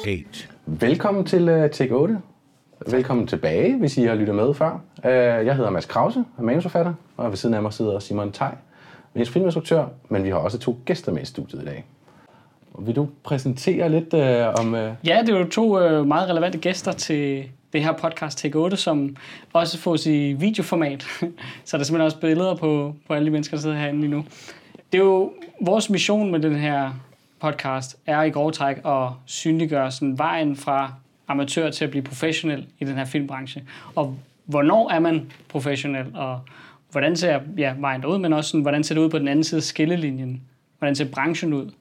8. Velkommen til Take 8. Velkommen tilbage, hvis I har lyttet med før. Jeg hedder Mads Krause, er manusforfatter, og ved siden af mig sidder Simon Tej, filminstruktør, men vi har også 2 gæster med i studiet i dag. Vil du præsentere lidt om... Ja, det er jo 2 meget relevante gæster til det her podcast Take 8, som også fås i videoformat. Så der er simpelthen også billeder på alle de mennesker, der sidder herinde lige nu. Det er jo vores mission med den her podcast, er i grove træk at synliggøre sådan vejen fra amatør til at blive professionel i den her filmbranche. Og hvornår er man professionel, og hvordan ser vejen derud, men også sådan, hvordan ser det ud på den anden side af skillelinjen? Hvordan ser branchen ud?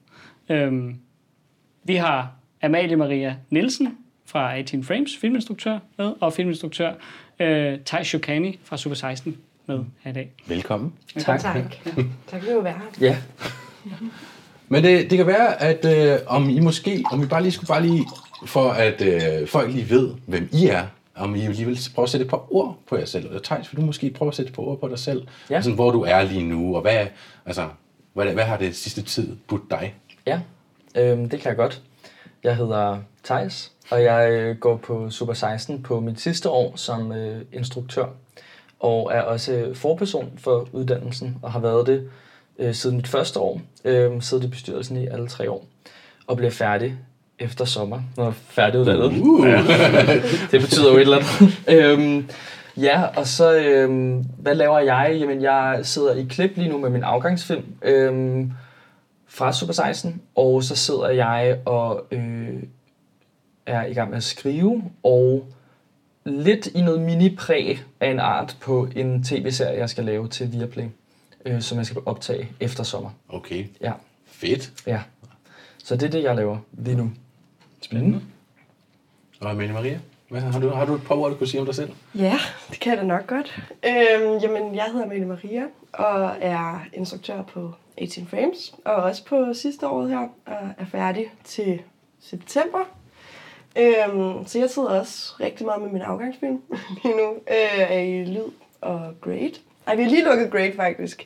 Vi har Amalie Maria Nielsen fra 18 Frames, filminstruktør med, og filminstruktør Tej Shokani fra Super 16 med her i dag. Velkommen. Tak. Tak for at være her. Ja. Men det kan være, at om I bare lige, for at folk lige ved, hvem I er, om I lige vil prøve at sætte et par ord på jer selv. Eller Theis, vil du måske prøve at sætte et par ord på dig selv? Ja. Altså, hvor du er lige nu, og hvad har det sidste tid budt dig? Ja, det kan jeg godt. Jeg hedder Theis, og jeg går på Super 16 på mit sidste år som instruktør, og er også forperson for uddannelsen, og har været det siden mit første år. Siddet i bestyrelsen i alle 3 år, og bliver færdig efter sommer, når jeg er færdiguddannet. Det betyder jo et eller andet. Ja, og så, hvad laver jeg? Jamen, jeg sidder i klip lige nu med min afgangsfilm fra Super 16, og så sidder jeg og er i gang med at skrive, og lidt i noget mini-præg af en art på en tv-serie, jeg skal lave til Viaplay, som jeg skal optage efter sommer. Okay. Ja. Fedt. Ja. Så det er det, jeg laver lige nu. Spændende. Og Amalie Maria, har du et par ord, du kunne sige om dig selv? Ja, det kan jeg da nok godt. Jamen, jeg hedder Amalie Maria, og er instruktør på 18 Frames, og også på sidste år her, og er færdig til september. Så jeg sidder også rigtig meget med min afgangsfilm lige nu, er i lyd og grade. Ej, vi har lige lukket grade faktisk.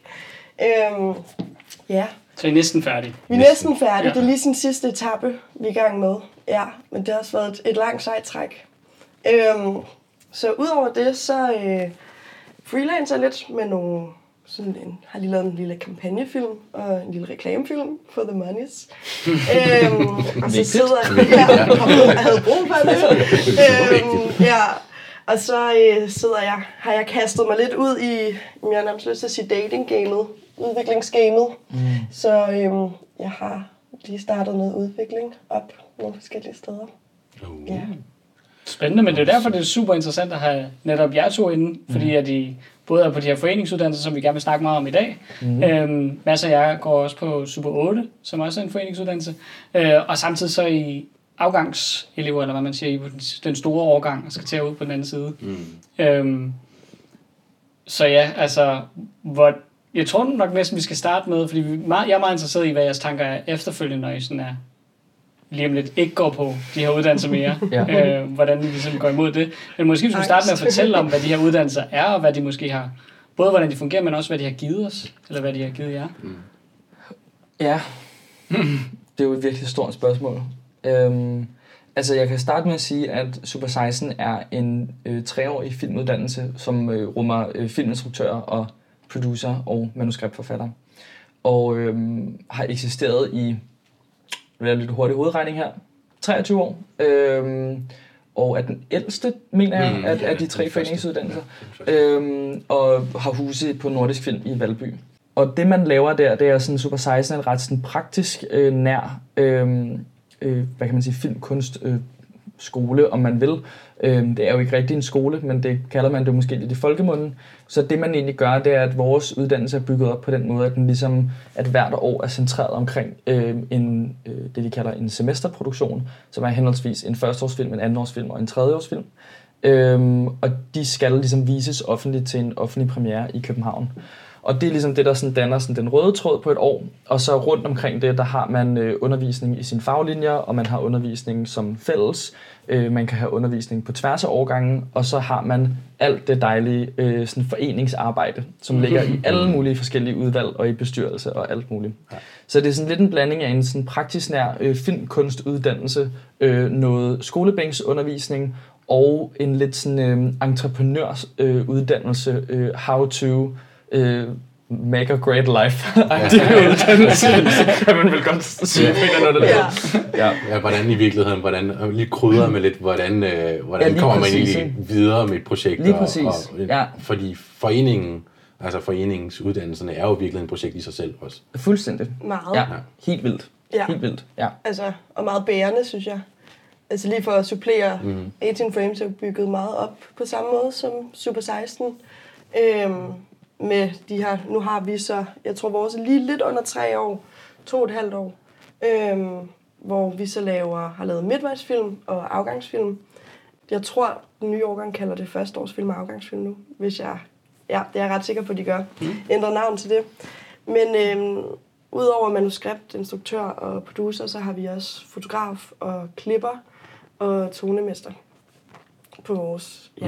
Ja. Så I er næsten færdige? Vi er næsten færdige. Ja. Det er lige sin sidste etape, vi er i gang med. Ja, men det har også været et langt sejt træk. Så udover det, så freelancer lidt med nogle... har lige lavet en lille kampagnefilm og en lille reklamefilm for The Moneys. Og så sidder jeg og havde brug for det. Ja. Og så har jeg kastet mig lidt ud i, jeg har nærmest lyst til at sige dating-gamet, udviklingsgamet. Så jeg har lige startet noget udvikling op nogle forskellige steder. Ja. Spændende, men det er derfor, det er super interessant at have netop jer 2 inde, fordi at I både er på de her foreningsuddannelser, som vi gerne vil snakke meget om i dag. Masser af jer går også på Super 8, som også er en foreningsuddannelse, og samtidig så I afgangselever, eller hvad man siger, i den store årgang, og skal til ud på den anden side. Så ja, altså, jeg tror nok næsten, vi skal starte med, fordi jeg er meget interesseret i, hvad jeres tanker er efterfølgende, når I sådan er lige om lidt ikke går på de her uddannelser mere. Hvordan I ligesom går imod det. Men måske vi skulle starte med at fortælle om, hvad de her uddannelser er, og hvad de måske har, både hvordan de fungerer, men også hvad de har givet os, eller hvad de har givet jer. Ja, det er jo et virkelig stort spørgsmål. Altså jeg kan starte med at sige, at Super 16 er en 3-årig filmuddannelse, som rummer filminstruktører og producer og manuskriptforfatter. Og har eksisteret i, lidt hurtig hovedregning her, 23 år. Og er den ældste, mener jeg, af de 3 foreningsuddannelser. Og har huse på Nordisk Film i Valby. Og det man laver der, det er sådan Super 16 en ret sådan praktisk nær, hvad kan man sige, filmkunst skole, om man vil. Det er jo ikke rigtig en skole, men det kalder man det måske lidt i folkemunden. Så det man egentlig gør, det er, at vores uddannelse er bygget op på den måde, at den ligesom, at hvert år er centreret omkring det de kalder en semesterproduktion, som er henholdsvis en førsteårsfilm, en andenårsfilm og en tredjeårsfilm. Og de skal ligesom vises offentligt til en offentlig premiere i København. Og det er ligesom det, der sådan danner sådan den røde tråd på et år. Og så rundt omkring det, der har man undervisning i sine faglinjer, og man har undervisning som fælles. Man kan have undervisning på tværs af årgangen, og så har man alt det dejlige sådan foreningsarbejde, som ligger i alle mulige forskellige udvalg og i bestyrelse og alt muligt. Ja. Så det er sådan lidt en blanding af en sådan praktisk nær filmkunstuddannelse, noget skolebænksundervisning og en lidt sådan entreprenørsuddannelse, how to make a great life. Uddannelse, kan man vel godt sige. Ja, hvordan i virkeligheden, hvordan lige krydder med lidt, hvordan kommer man egentlig videre med et projekt. Lige præcis, Fordi foreningsuddannelserne er jo virkelig en projekt i sig selv også. Fuldstændig. Meget. Ja, helt vildt. Ja. Helt vildt, ja. Altså, og meget bærende, synes jeg. Altså lige for at supplere, 18 Frames er bygget meget op på samme måde som Super 16. Med de her, nu har vi så, jeg tror vores er lige lidt under 3 år, 2,5 år, hvor vi så har lavet midtvejsfilm og afgangsfilm. Jeg tror, den nye årgang kalder det førsteårsfilm og afgangsfilm nu, hvis det er jeg ret sikker på, at de gør. Ændrer navn til det. Men udover manuskript, instruktør og producer, så har vi også fotograf og klipper og tonemester på vores. Ja.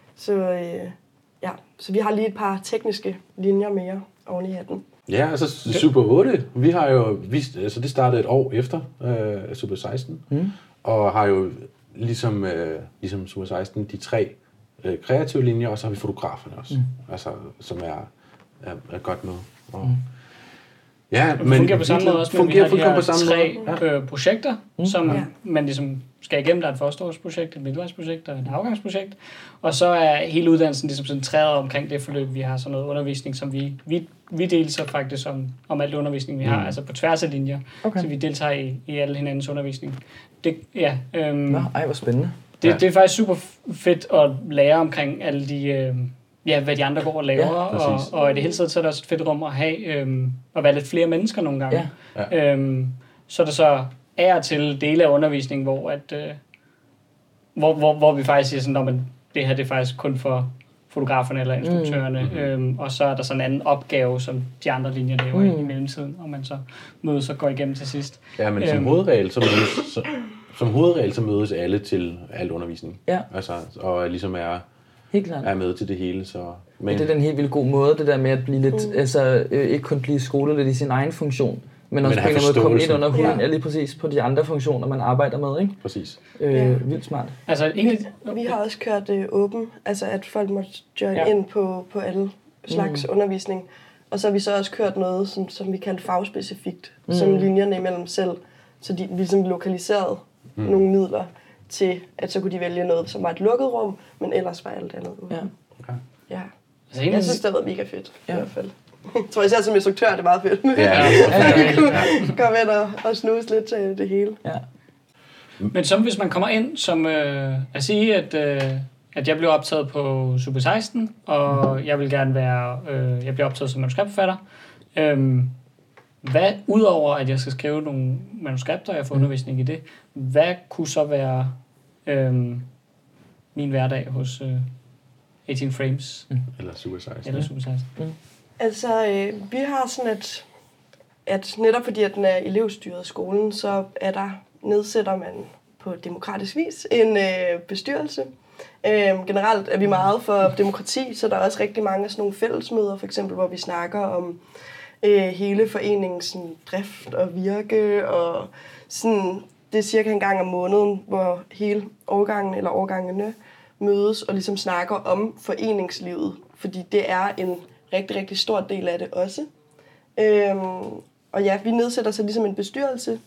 Så vi har lige et par tekniske linjer mere oven i hatten. Ja, altså Super 8, vi har jo vist, altså det startede et år efter Super 16, og har jo ligesom Super 16 de 3 kreative linjer, og så har vi fotograferne også, altså, som er godt med. Ja, men fungerer på samme måde også, men vi har de her 3 projekter, som man ligesom skal igennem. Der er et førsteårsprojekt, et midtvejsprojekt og et afgangsprojekt. Og så er hele uddannelsen ligesom centreret omkring det forløb. Vi har sådan noget undervisning, som vi deltager faktisk om alt undervisning, vi har, altså på tværs af linjer. Okay. Så vi deltager i alle hinandens undervisning. Hvor spændende. Det er faktisk super fedt at lære omkring alle de... hvad de andre går og laver, og i det hele taget, så er der også et fedt rum at have, at være lidt flere mennesker nogle gange. Ja. Så er der så til dele af undervisningen, hvor vi faktisk siger sådan, at det her det er faktisk kun for fotograferne eller instruktørerne, og så er der sådan en anden opgave, som de andre linjer laver i mellemtiden, og man så mødes og går igennem til sidst. Ja, men som hovedregel så mødes alle til al undervisning. Ja. Altså, og ligesom er med til det hele. Så. Men det er den helt vildt god måde, det der med at blive lidt, ikke kun blive skolet lidt i sin egen funktion, men også på en måde komme ind under huden, lige præcis på de andre funktioner, man arbejder med, ikke? Præcis. Vildt smart. Altså, vi har også kørt åben, altså at folk må join ind på alle slags undervisning. Og så har vi så også kørt noget, som vi kaldte fagspecifikt, som linjerne imellem selv, så vi ligesom lokaliserede nogle midler til, at så kunne de vælge noget, som var et lukket rum, men ellers var alt andet. Ja. Okay. Ja. Altså, jeg synes, det har været mega fedt, i hvert fald. Jeg tror især som instruktør, det er meget fedt. Kom ind og snuse lidt til det hele. Ja. Men som hvis man kommer ind som at sige, at jeg blev optaget på Super 16, og jeg vil gerne jeg bliver optaget som manuskriptforfatter. Hvad, udover at jeg skal skrive nogle manuskripter, og jeg får undervisning i det, hvad kunne så være min hverdag hos 18 Frames? Eller Super 16. Eller Super 16. Altså, vi har sådan at netop fordi at den er elevstyret skolen, så nedsætter man på demokratisk vis en bestyrelse. Generelt er vi meget for demokrati, så der er også rigtig mange af sådan nogle fællesmøder, for eksempel, hvor vi snakker om hele foreningens drift og virke, og sådan, det er cirka en gang om måneden, hvor hele årgangen eller årgangene mødes og ligesom snakker om foreningslivet, fordi det er en rigtig, rigtig stor del af det også. Og ja, vi nedsætter så ligesom en bestyrelse,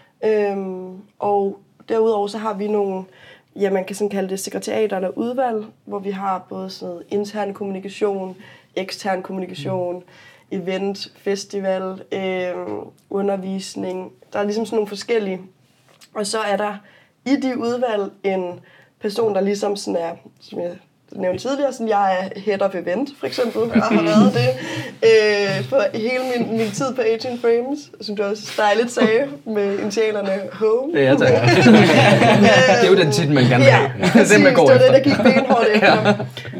og derudover så har vi nogle, ja, man kan sådan kalde det sekretariater eller udvalg, hvor vi har både sådan noget intern kommunikation, ekstern kommunikation, event, festival, undervisning. Der er ligesom sådan nogle forskellige. Og så er der i de udvalg en person, der ligesom sådan er, som jeg nævnt tidligere, sådan jeg er head of event, for eksempel, og har været det for hele min tid på 18 Frames, som du også dejligt sagde, med initialerne Home. Ja, tak. Det er jo den titel, man gerne vil have. Ja, præcis, det var det, der gik benhårdt efter.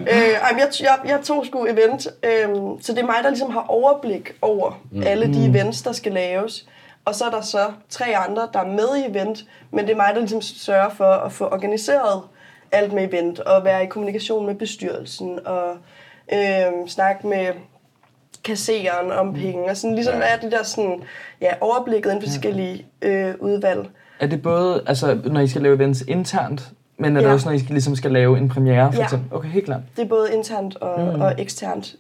Jeg tog sgu event, så det er mig, der ligesom har overblik over alle de events, der skal laves. Og så er der så 3 andre, der er med i event, men det er mig, der ligesom sørger for at få organiseret alt med event, og være i kommunikation med bestyrelsen, og snakke med kassereren om penge, og sådan ligesom er det der sådan, overblikket inden for forskellige udvalg. Er det både, altså når I skal lave events internt, men er det også, når I ligesom skal lave en premiere, for eksempel? Okay, helt klart. Det er både internt og eksternt.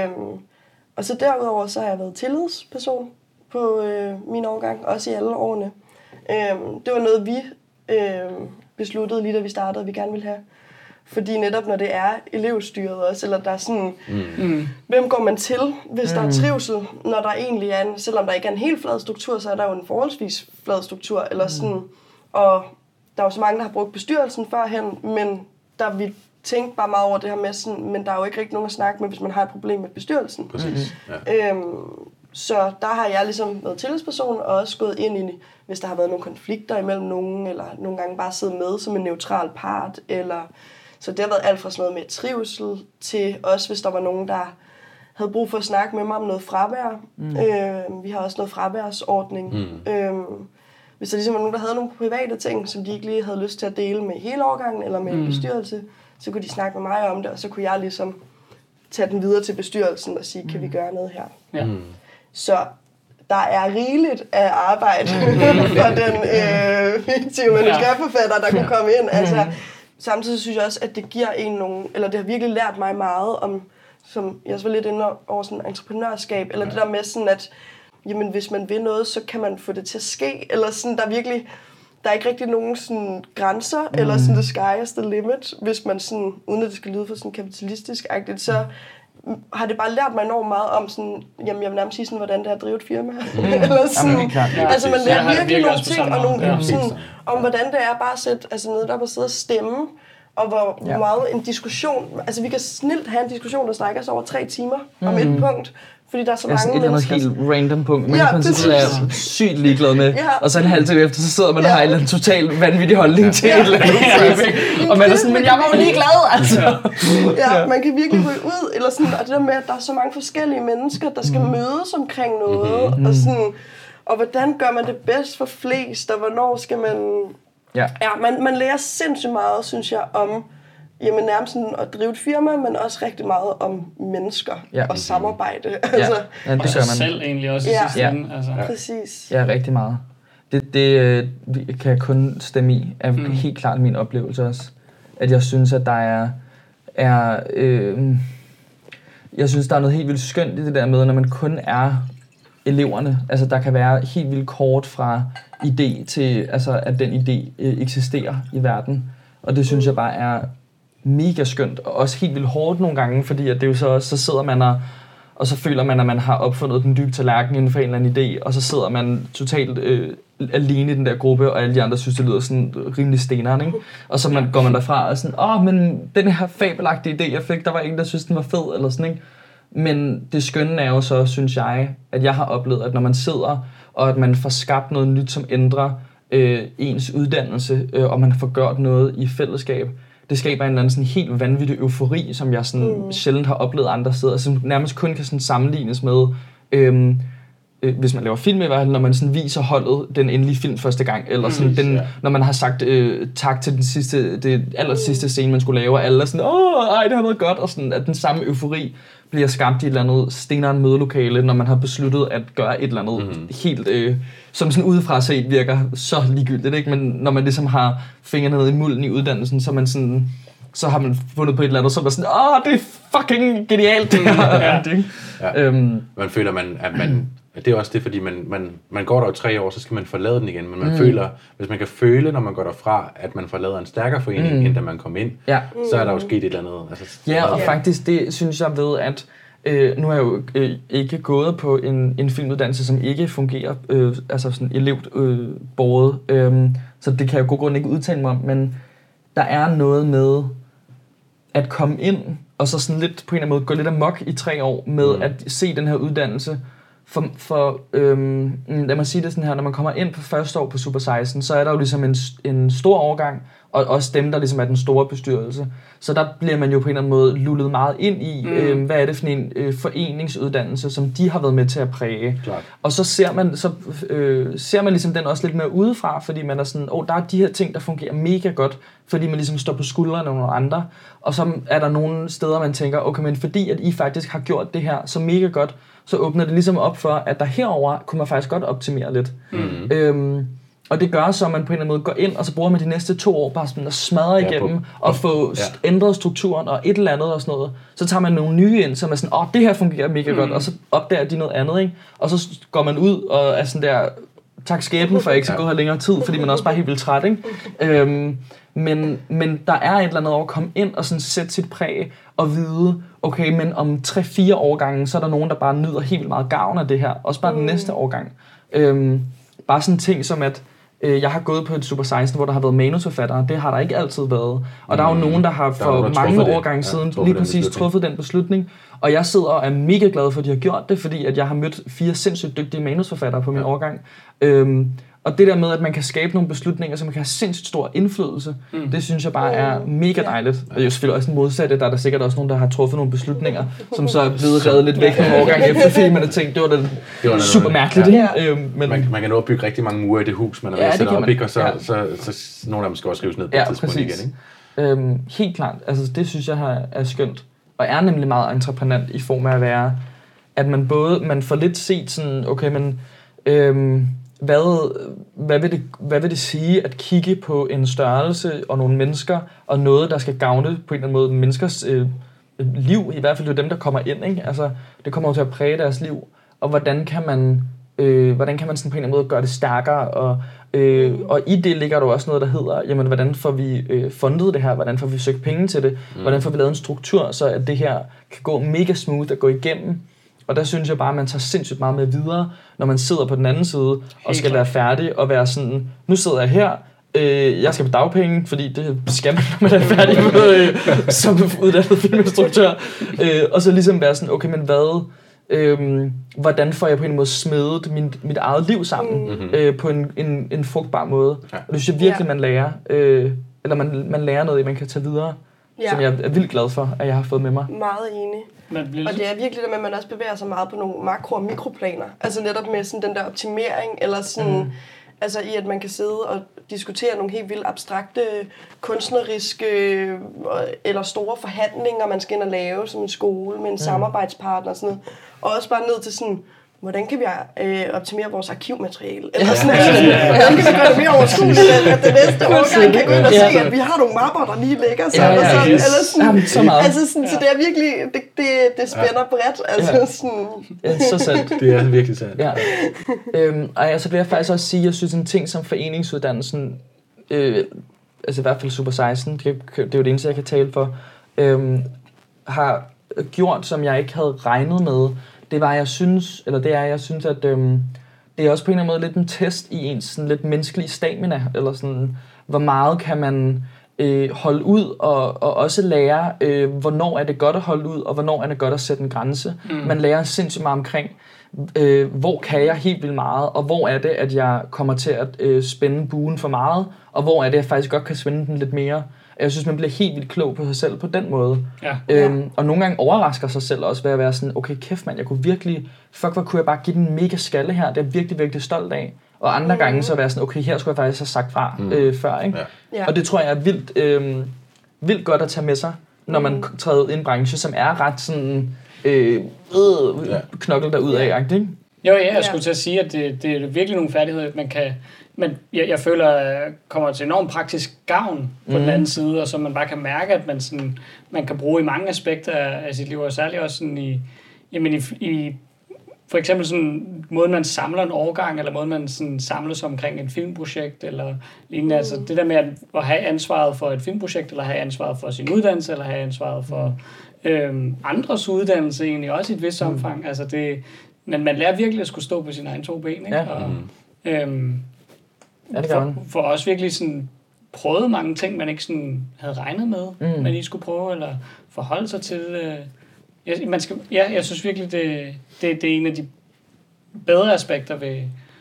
Og så derudover, så har jeg været tillidsperson på min årgang, også i alle årene. Det var noget, vi besluttede lige da vi startede, at vi gerne ville have. Fordi netop når det er elevstyret også, eller der er sådan, hvem går man til, hvis der er trivsel, når der egentlig er en, selvom der ikke er en helt flad struktur, så er der jo en forholdsvis flad struktur, eller sådan, og der er jo så mange, der har brugt bestyrelsen førhen, men der vi tænkte bare meget over det her med sådan, men der er jo ikke rigtig nogen at snakke med, hvis man har et problem med bestyrelsen. Præcis. Ja. Så der har jeg ligesom været tillidsperson, og også gået ind i, hvis der har været nogle konflikter imellem nogen, eller nogle gange bare sidde med som en neutral part, eller så det har været alt fra sådan noget med trivsel, til også hvis der var nogen, der havde brug for at snakke med mig om noget fravær. Vi har også noget fraværsordning. Hvis der ligesom var nogen, der havde nogle private ting, som de ikke lige havde lyst til at dele med hele årgangen, eller med en bestyrelse, så kunne de snakke med mig om det, og så kunne jeg ligesom tage den videre til bestyrelsen og sige, kan vi gøre noget her? Ja. Så der er rigeligt af arbejde for den fiktive manuskriptforfatter, der kunne komme ind. Altså, samtidig synes jeg også, at det giver en nogle, eller det har virkelig lært mig meget om, som jeg også var lidt inde over sådan entreprenørskab, eller det der med sådan, at jamen, hvis man vil noget, så kan man få det til at ske, eller sådan, der er ikke rigtig nogen sådan grænser, eller sådan the sky is the limit, hvis man sådan, uden at det skal lyde for sådan kapitalistisk-agtigt, så har det bare lært mig enormt meget om sådan, jamen jeg vil nærmest sige sådan, hvordan det er at drive et firma. Eller sådan, altså man lærer virkelig nogle ting, og nogle, sådan, om hvordan det er bare at sætte ned op og sidde og stemme, og hvor meget en diskussion, altså vi kan snilt have en diskussion, der strækker sig over 3 timer om et punkt, fordi der er så mange mennesker. Et eller andet helt random punkt, man i princippet er sygt ligeglad med, og så en halv time efter, så sidder man og har en eller anden totalt vanvittig holdning til et eller andet. Og man er sådan, men jeg var jo ligeglad, altså. Ja, man kan virkelig gå ud, eller sådan, og det der med, at der er så mange forskellige mennesker, der skal mødes omkring noget, og sådan, og hvordan gør man det bedst for flest, og hvornår skal man... Ja, man lærer sindssygt meget, synes jeg, om jamen nærmest sådan at drive et firma, men også rigtig meget om mennesker og samarbejde. Altså. Ja, det og sig selv egentlig også i sidste ende. Altså. Præcis. Ja, rigtig meget. Det kan jeg kun stemme i, er helt klart min oplevelse også. At jeg synes, at der jeg synes, der er noget helt vildt skønt i det der med, når man kun er eleverne. Altså, der kan være helt vildt kort fra idé til, altså, at den idé eksisterer i verden. Og det synes jeg bare er mega skønt, og også helt vildt hårdt nogle gange, fordi at det er jo så også, så sidder man og så føler man, at man har opfundet den dybe tallerken inden for en eller anden idé, og så sidder man totalt alene i den der gruppe, og alle de andre synes, det lyder sådan rimelig steneren, ikke? Og så går man derfra og sådan, men den her fabelagtige idé, jeg fik, der var ingen, der synes, den var fed, eller sådan, ikke? Men det skønne er jo så, synes jeg, at jeg har oplevet, at når man sidder, og at man får skabt noget nyt, som ændrer ens uddannelse, og man får gjort noget i fællesskab, det skaber en eller anden sådan helt vanvittig eufori, som jeg sådan sjældent har oplevet andre steder, som nærmest kun kan sådan sammenlignes med, hvis man laver film i hvert fald, når man sådan viser holdet den endelige film første gang, eller sådan når man har sagt tak til det aller sidste scene, man skulle lave, og alle er sådan, det har været godt, og sådan, at den samme eufori bliver skabt i et eller andet steneren mødelokale, når man har besluttet at gøre et eller andet helt, som sådan udefra set virker så ligegyldigt, ikke? Men når man ligesom har fingrene ned i mulden i uddannelsen, så har man fundet på et eller andet, så er man sådan, det er fucking genialt, det her. Man føler, det er også det, fordi man går der i 3 år, så skal man forlade den igen, men man føler, hvis man kan føle, når man går derfra, at man forlader en stærkere forening, end da man kom ind, så er der jo sket et eller andet. Altså, og faktisk det synes jeg ved, at nu er jeg jo ikke gået på en filmuddannelse, som ikke fungerer altså sådan elevbåret, så det kan jeg jo god grund ikke udtale mig om, men der er noget med, at komme ind, og så sådan lidt på en eller anden måde gå lidt amok i 3 år med at se den her uddannelse. Lad mig sige det sådan her, når man kommer ind på første år på Super 16, så er der jo ligesom en stor årgang, og også dem, der ligesom er den store bestyrelse. Så der bliver man jo på en eller anden måde lullet meget ind i, hvad er det for en foreningsuddannelse, som de har været med til at præge. Klart. Og så ser man ligesom den også lidt mere udefra, fordi man er sådan, der er de her ting, der fungerer mega godt, fordi man ligesom står på skuldrene af nogle andre. Og så er der nogle steder, man tænker, okay, men fordi at I faktisk har gjort det her så mega godt, så åbner det ligesom op for, at der herover kunne man faktisk godt optimere lidt. Og det gør så, at man på en eller anden måde går ind, og så bruger man de næste 2 år bare sådan at smadre igennem, og få ændret strukturen og et eller andet og sådan noget. Så tager man nogle nye ind, som er sådan, det her fungerer mega godt, og så opdager de noget andet, ikke? Og så går man ud og er sådan der, tak skæbnen for, at jeg ikke skal gå her længere tid, fordi man er også bare helt vildt træt, ikke? Men der er et eller andet over at komme ind og sådan sætte sit præg og vide, okay, men om 3-4 årgange, så er der nogen, der bare nyder helt vildt meget gavn af det her. Også bare den næste årgang. Bare sådan ting som, at jeg har gået på et Super 16, hvor der har været manusforfattere. Det har der ikke altid været. Og der er jo nogen, der har for mange årgange siden lige præcis truffet den beslutning. Og jeg sidder og er mega glad for, at de har gjort det, fordi at jeg har mødt 4 sindssygt dygtige manusforfattere på min årgang. Og det der med, at man kan skabe nogle beslutninger, som kan have sindssygt stor indflydelse, det synes jeg bare er mega dejligt. Og det er jo selvfølgelig også en modsatte, der er der sikkert også nogen, der har truffet nogle beslutninger, som så er blevet revet lidt væk nogle årgang efter, fordi man har tænkt, det var super mærkeligt. Men man kan nå at bygge rigtig mange mure i det hus, man har været sat op, og så nogle af dem skal også rives ned på et tidspunkt igen. Ikke? Helt klart. Altså, det synes jeg er skønt. Og er nemlig meget entreprenant i form af at være, at man får lidt set sådan, okay, men hvad vil det sige at kigge på en størrelse og nogle mennesker, og noget, der skal gavne på en eller anden måde menneskers liv, i hvert fald det dem, der kommer ind, ikke? Altså, det kommer jo til at præge deres liv, og hvordan kan man sådan på en eller anden måde gøre det stærkere, og i det ligger der også noget, der hedder, jamen, hvordan får vi fundet det her, hvordan får vi søgt penge til det, hvordan får vi lavet en struktur, så at det her kan gå mega smooth at gå igennem. Og der synes jeg bare, at man tager sindssygt meget med videre, når man sidder på den anden side og skal være færdig og være sådan, nu sidder jeg her, jeg skal på dagpenge, fordi det skal man, når man er færdig med, som uddannet filminstruktør. Og så ligesom være sådan, okay, men hvordan får jeg på en måde smedet mit eget liv sammen på en frugtbar måde. Og det synes jeg virkelig, man lærer, eller man lærer noget, man kan tage videre. Som jeg er vildt glad for, at jeg har fået med mig. Meget enig. Og det er virkelig det med, at man også bevæger sig meget på nogle makro- og mikroplaner. Altså netop med sådan den der optimering, eller sådan, altså i at man kan sidde og diskutere nogle helt vildt abstrakte, kunstneriske eller store forhandlinger, man skal ind og lave som en skole med en samarbejdspartner og sådan noget. Og også bare ned til sådan, hvordan kan vi optimere vores arkivmateriale? Eller sådan, hvordan kan vi gøre det mere overskueligt, at det næste årgang kan gå ind og se, at vi har nogle mapper, der lige ligger sådan, eller sådan. Altså sådan, så det er virkelig, det spænder bredt. Altså sådan. Så sandt. Det er virkelig sandt. Ja. Og så vil jeg faktisk også sige, at jeg synes en ting som foreningsuddannelsen, altså i hvert fald Super 16, det er jo det eneste, jeg kan tale for, har gjort, som jeg ikke havde regnet med. Det er, jeg synes, at det er også på en eller anden måde lidt en test i ens sådan lidt menneskelige stamina, eller sådan, hvor meget kan man holde ud, og også lære, hvornår er det godt at holde ud, og hvornår er det godt at sætte en grænse. Man lærer sindssygt meget omkring, hvor kan jeg helt vildt meget, og hvor er det, at jeg kommer til at spænde buen for meget, og hvor er det, jeg faktisk godt kan spænde den lidt mere. Jeg synes, man bliver helt vildt klog på sig selv på den måde. Og nogle gange overrasker sig selv også ved at være sådan, okay, kæft mand, jeg kunne virkelig, hvor kunne jeg bare give den mega skalle her, det er jeg virkelig, virkelig stolt af. Og andre gange så være sådan, okay, her skulle jeg faktisk have sagt fra før, ikke? Ja. Og det tror jeg er vildt godt at tage med sig, når man træder i en branche, som er ret sådan, knokkel derudad, ikke? Jo, jeg skulle til at sige, at det er virkelig nogle færdigheder, man kan... Men jeg føler, at kommer til enormt praktisk gavn på den anden side, og så man bare kan mærke, at man kan bruge i mange aspekter af sit liv, og særligt også sådan i for eksempel sådan måden, man samler en årgang, eller måden, man sådan samles omkring et filmprojekt, eller lignende. Altså det der med at have ansvaret for et filmprojekt, eller have ansvaret for sin uddannelse, eller have ansvaret for andres uddannelse egentlig, også i et vist omfang. Altså det, men man lærer virkelig at skulle stå på sine egne 2 ben, ikke? Og, for også virkelig sådan prøvet mange ting, man ikke sådan havde regnet med, man lige skulle prøve, eller forholde sig til. Jeg synes virkelig, det er en af de bedre aspekter ved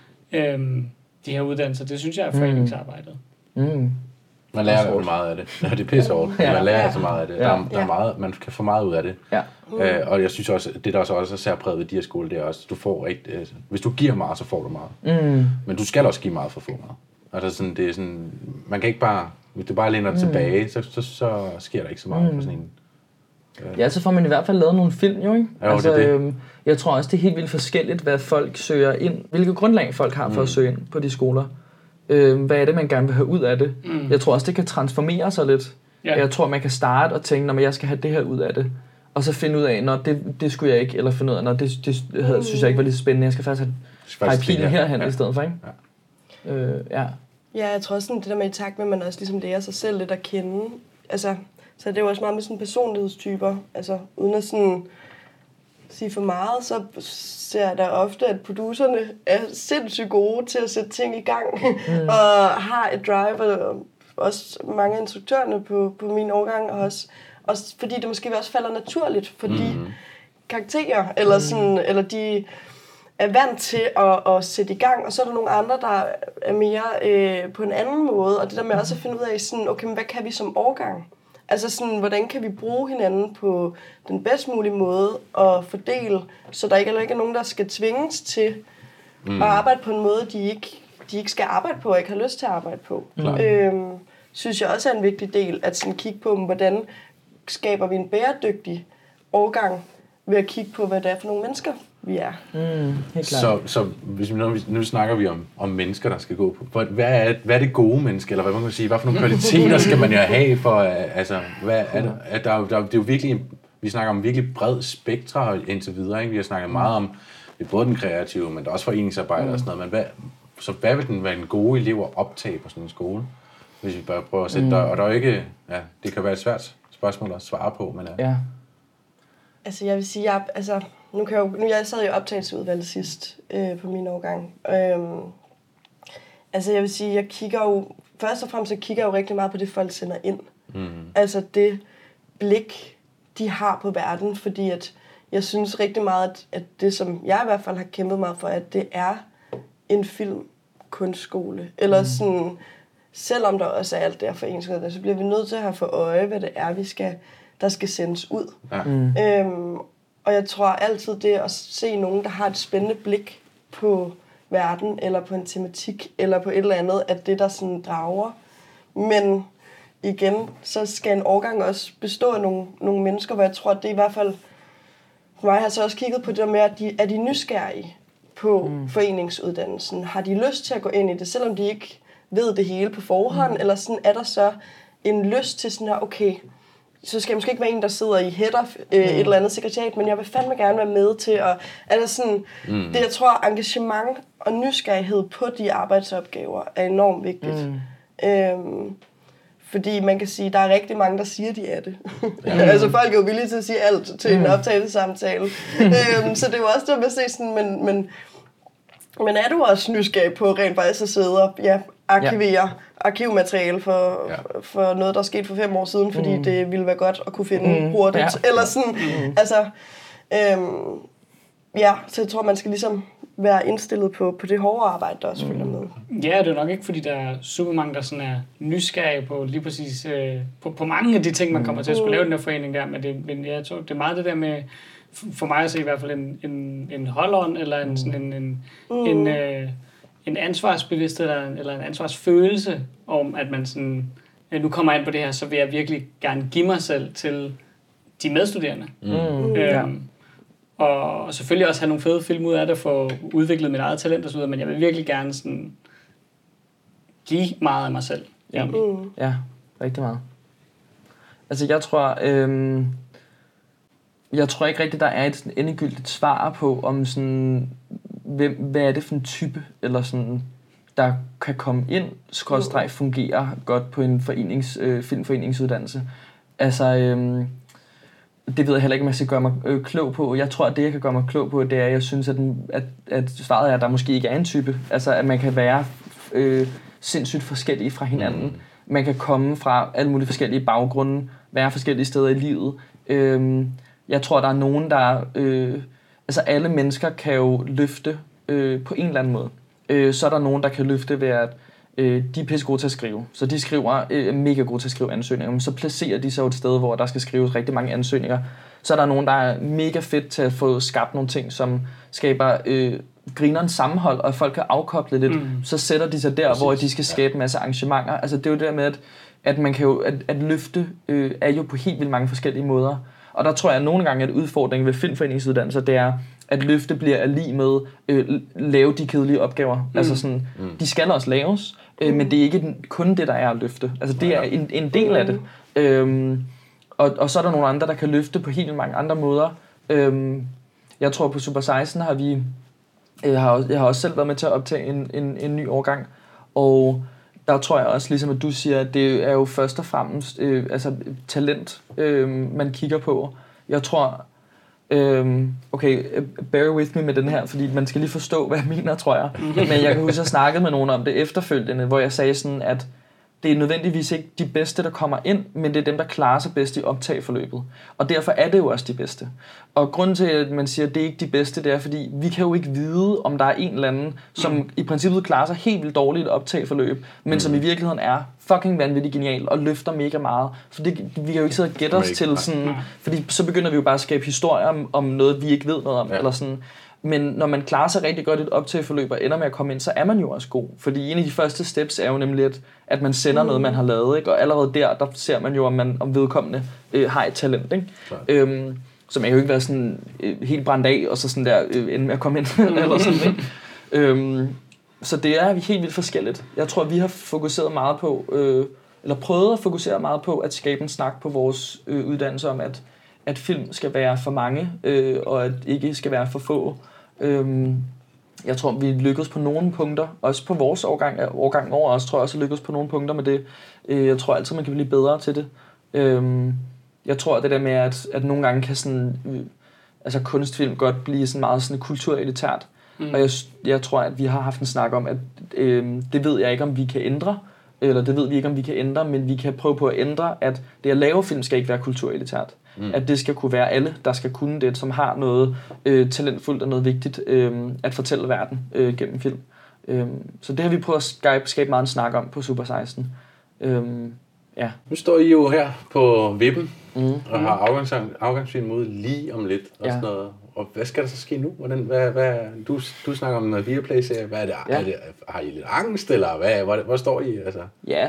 de her uddannelser. Det synes jeg er foreningsarbejdet. Man lærer jo meget af det. Det er pissehårdt. Man lærer så meget af det. Der er meget, man kan få meget ud af det. Ja. Og jeg synes også, det der også er særpræget ved de her skole, det er også, du får hvis du giver meget, så får du meget. Men du skal også give meget for at få meget. Altså sådan, det er sådan, man kan ikke bare, hvis du bare læner dig tilbage, så sker der ikke så meget på sådan en. Ja, så får man i hvert fald lavet nogle film, jo, ikke? Jo, altså, det. Jeg tror også, det er helt vildt forskelligt, hvad folk søger ind. Hvilket grundlag folk har for at søge ind på de skoler. Hvad er det, man gerne vil have ud af det? Jeg tror også, det kan transformere sig lidt. Ja. Jeg tror, man kan starte og tænke, når jeg skal have det her ud af det. Og så finde ud af, når det skulle jeg ikke, eller finde ud af, når det synes jeg ikke var lige så spændende. Jeg skal faktisk have pilen herhen i stedet for, ikke? Ja, jeg tror også sådan, det der med i takt med, at man også ligesom lærer sig selv lidt at kende. Altså, så det er jo også meget med sådan personlighedstyper. Altså, uden at sådan sige for meget, så ser jeg da ofte, at producerne er sindssygt gode til at sætte ting i gang. Og har et drive, og også mange af instruktørerne på min årgang, og også fordi det måske også falder naturligt for de karakterer, eller sådan, eller de er vant til at sætte i gang, og så er der nogle andre, der er mere på en anden måde, og det der med også at finde ud af, sådan, okay, men hvad kan vi som årgang? Altså sådan, hvordan kan vi bruge hinanden på den bedst mulige måde og fordele, så der ikke er nogen, der skal tvinges til at arbejde på en måde, de ikke skal arbejde på og ikke har lyst til at arbejde på. Synes jeg også er en vigtig del, at sådan kigge på, hvordan skaber vi en bæredygtig årgang ved at kigge på, hvad det er for nogle mennesker, vi er. Så hvis nu snakker vi om mennesker, der skal gå på. Hvad er det gode menneske, eller hvad man kan sige? Hvad for nogle kvaliteter skal man jo have for, altså, hvad er det? Det er jo virkelig, vi snakker om virkelig bred spektra indtil videre, ikke? Vi har snakket meget om, det er både den kreative, men der er også foreningsarbejde og sådan noget, men hvad vil den være en gode elev at optage på sådan en skole? Hvis vi bare prøver at sætte der, og der er ikke, det kan være et svært spørgsmål at svare på, men Altså, jeg vil sige, jeg sad jo i optagelsesudvalget sidst på min årgang. Altså, jeg vil sige, jeg kigger jo, først og fremmest så kigger jeg jo rigtig meget på det, folk sender ind. Altså, det blik, de har på verden, fordi at jeg synes rigtig meget, at det, som jeg i hvert fald har kæmpet meget for, at det er en filmkunstskole. Eller sådan, selvom der også er alt der for ens, så bliver vi nødt til at have for øje, hvad det er, der skal sendes ud. Og jeg tror altid det at se nogen, der har et spændende blik på verden, eller på en tematik, eller på et eller andet, at det der sådan drager. Men igen, så skal en årgang også bestå af nogle mennesker, hvor jeg tror, at det i hvert fald, for mig har så også kigget på det der med, at er de nysgerrige på foreningsuddannelsen? Har de lyst til at gå ind i det, selvom de ikke ved det hele på forhånd, eller sådan er der så en lyst til sådan her, okay, så skal jeg måske ikke være en, der sidder i hætter et eller andet sekretariat, men jeg vil fandme gerne være med til at... Altså sådan, det, jeg tror, engagement og nysgerrighed på de arbejdsopgaver er enormt vigtigt. Fordi man kan sige, der er rigtig mange, der siger, de er det. Altså folk er jo villige til at sige alt til en optagelsesamtale. Så det er jo også det med at se sådan, men er du også nysgerrig på rent faktisk at sidde og arkivere arkivmateriale for noget, der er sket for 5 år siden, fordi det ville være godt at kunne finde hurtigt. Eller sådan, altså, så jeg tror, man skal ligesom være indstillet på det hårde arbejde, der også følger med. Ja, det er nok ikke, fordi der er super mange, der sådan er nysgerrige på lige præcis på mange af de ting, man kommer til at skulle lave den her forening der, men jeg tror, det er meget det der med, for mig at se i hvert fald en hold-on, eller en ansvarsbevidsthed, eller en ansvarsfølelse om, at man sådan, nu kommer jeg ind på det her, så vil jeg virkelig gerne give mig selv til de medstuderende. Og selvfølgelig også have nogle fede film ud af det, få udviklet mit eget talent og så videre, men jeg vil virkelig gerne sådan give meget af mig selv. Ja, rigtig meget. Altså jeg tror ikke rigtigt, der er et sådan endegyldigt svar på, om sådan, hvad er det for en type, eller sådan, der kan komme ind, fungere godt på en filmforeningsuddannelse. Altså, det ved jeg heller ikke, om jeg skal gøre mig klog på. Jeg tror, at det, jeg kan gøre mig klog på, det er, at jeg synes, at svaret er, at der måske ikke er en type. Altså, at man kan være sindssygt forskellige fra hinanden. man kan komme fra alle mulige forskellige baggrunde, være forskellige steder i livet. Jeg tror, der er nogen, der... altså alle mennesker kan jo løfte på en eller anden måde. Så er der nogen, der kan løfte ved at de er pisse gode til at skrive. Så de skriver mega gode til at skrive ansøgninger. Men så placerer de sig et sted, hvor der skal skrives rigtig mange ansøgninger. Så er der nogen, der er mega fedt til at få skabt nogle ting, som skaber grinerens sammenhold, og folk kan afkoble lidt. Så sætter de sig der, præcis, hvor de skal skabe en masse arrangementer. Altså det er jo det der med, at man kan jo, at løfte er jo på helt vildt mange forskellige måder. Og der tror jeg, at nogle gange, at udfordringen ved filmforeningsuddannelser, det er, at løfte bliver lige med lave de kedelige opgaver. Altså sådan, de skal også laves, men det er ikke kun det, der er at løfte. Altså det er en del af det. Og så er der nogle andre, der kan løfte på helt mange andre måder. Jeg tror på Super 16 har vi... Jeg har også selv været med til at optage en ny årgang, og der tror jeg også, ligesom at du siger, at det er jo først og fremmest altså talent, man kigger på. Jeg tror... okay, bear with me med den her, fordi man skal lige forstå, hvad jeg mener, tror jeg. Men jeg kan huske, at jeg snakkede med nogen om det efterfølgende, hvor jeg sagde sådan, at det er nødvendigvis ikke de bedste, der kommer ind, men det er dem, der klarer sig bedst i optagforløbet. Og derfor er det jo også de bedste. Og grunden til, at man siger, at det er ikke de bedste, det er, fordi vi kan jo ikke vide, om der er en eller anden, som i princippet klarer sig helt vildt dårligt i et optagforløb, men som i virkeligheden er fucking vanvittigt genial og løfter mega meget. For det, vi kan jo ikke sidde og gætte os til sådan, fordi så begynder vi jo bare at skabe historier om noget, vi ikke ved noget om, eller sådan. Men når man klarer sig rigtig godt i et optageforløb og ender med at komme ind, så er man jo også god. Fordi en af de første steps er jo nemlig, at man sender noget, man har lavet. Ikke? Og allerede der ser man jo, om vedkommende har et talent. Ikke? Så man kan jo ikke være sådan helt brændt af, og så sådan der ende med at komme ind. eller sådan, ikke? Så det er helt vildt forskelligt. Jeg tror, vi har fokuseret meget på, eller prøvet at fokusere meget på, at skabe en snak på vores uddannelse om, at film skal være for mange, og at ikke skal være for få. Jeg tror, vi lykkedes på nogle punkter, også på vores årgang over os, tror jeg også, lykkedes på nogle punkter med det. Jeg tror altid, man kan blive bedre til det. Jeg tror, det der med, at nogle gange kan sådan, altså kunstfilm godt blive sådan meget sådan kulturelitært. Og jeg tror, at vi har haft en snak om, at det ved jeg ikke, om vi kan ændre, eller det ved vi ikke, om vi kan ændre, men vi kan prøve på at ændre, at det at lave film skal ikke være kulturelitært. At det skal kunne være alle, der skal kunne det, som har noget talentfuldt og noget vigtigt at fortælle verden gennem film. Så det har vi prøvet at skabe meget en snak om på Super 16. Ja. Nu står I jo her på vippen og har afgangsfilm ud lige om lidt og sådan noget. Og hvad skal der så ske nu? Du snakker om en Viaplay-serie. Hvad er det? Ja. Har I lidt angst, eller hvor står I? Altså? Ja.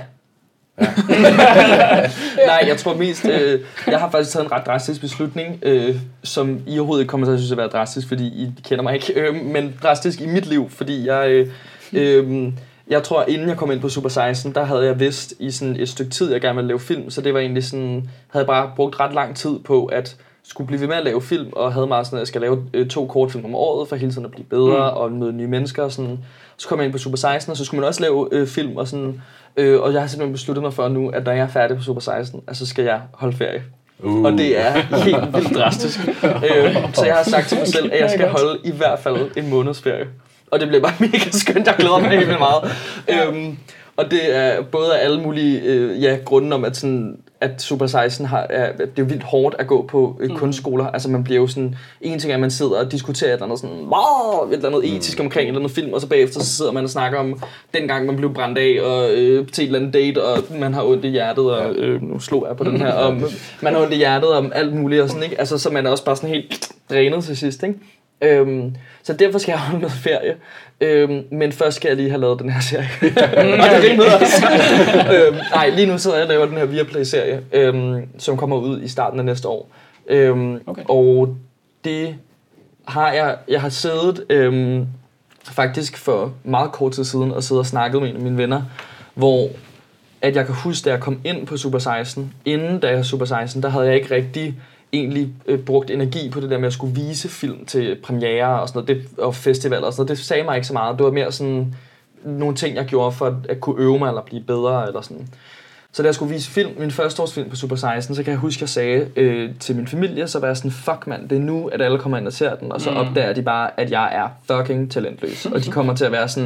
Nej, jeg tror mest... jeg har faktisk taget en ret drastisk beslutning, som I overhovedet ikke kommer til at synes at være drastisk, fordi I kender mig ikke, men drastisk i mit liv, fordi jeg tror, inden jeg kom ind på Super 16, der havde jeg vidst i sådan et stykke tid, jeg gerne ville lave film, så det var egentlig sådan... havde jeg bare brugt ret lang tid på at skulle blive ved med at lave film, og havde meget sådan, at jeg skal lave 2 kortfilm om året, for hele tiden at blive bedre, og møde nye mennesker og sådan. Så kom jeg ind på Super 16, og så skulle man også lave film og sådan. Og jeg har simpelthen besluttet mig for nu, at når jeg er færdig på Super 16, så skal jeg holde ferie. Og det er helt vildt drastisk. Så jeg har sagt til mig selv, at jeg skal holde i hvert fald en måneds ferie. Og det bliver bare mega skønt, jeg glæder mig helt vildt meget. Og det er både af alle mulige grunde om, at Super 16 det er jo vildt hårdt at gå på kunstskoler. Altså man bliver jo sådan, en ting er, at man sidder og diskuterer et eller andet sådan, et eller andet etisk omkring et eller andet film, og så bagefter så sidder man og snakker om dengang man blev brændt af og til et eller andet date, og man har ondt i hjertet, og nu slog jeg på den her, og man har ondt i hjertet om alt muligt og sådan, ikke? Altså så man er også bare sådan helt drænet til sidst, ikke? Så derfor skal jeg holde noget ferie. Men først skal jeg lige have lavet den her serie. Og det rimede også. Nej, lige nu sidder jeg og laver den her Viaplay-serie, som kommer ud i starten af næste år. Okay. Og det har jeg har siddet faktisk for meget kort tid siden og siddet og snakket med en af mine venner, hvor at jeg kan huske, da jeg kom ind på Super 16, inden da jeg var Super 16, der havde jeg ikke rigtig egentlig brugt energi på det der med at skulle vise film til premiere og sådan noget, og festivaler og sådan noget. Det sagde mig ikke så meget. Det var mere sådan nogle ting, jeg gjorde for at kunne øve mig eller blive bedre eller sådan. Så da jeg skulle vise film, min førsteårsfilm på Super 16, så kan jeg huske, jeg sagde til min familie, så var jeg sådan, fuck mand, det er nu, at alle kommer ind og ser den, og så opdager de bare, at jeg er fucking talentløs. Og de kommer til at være sådan,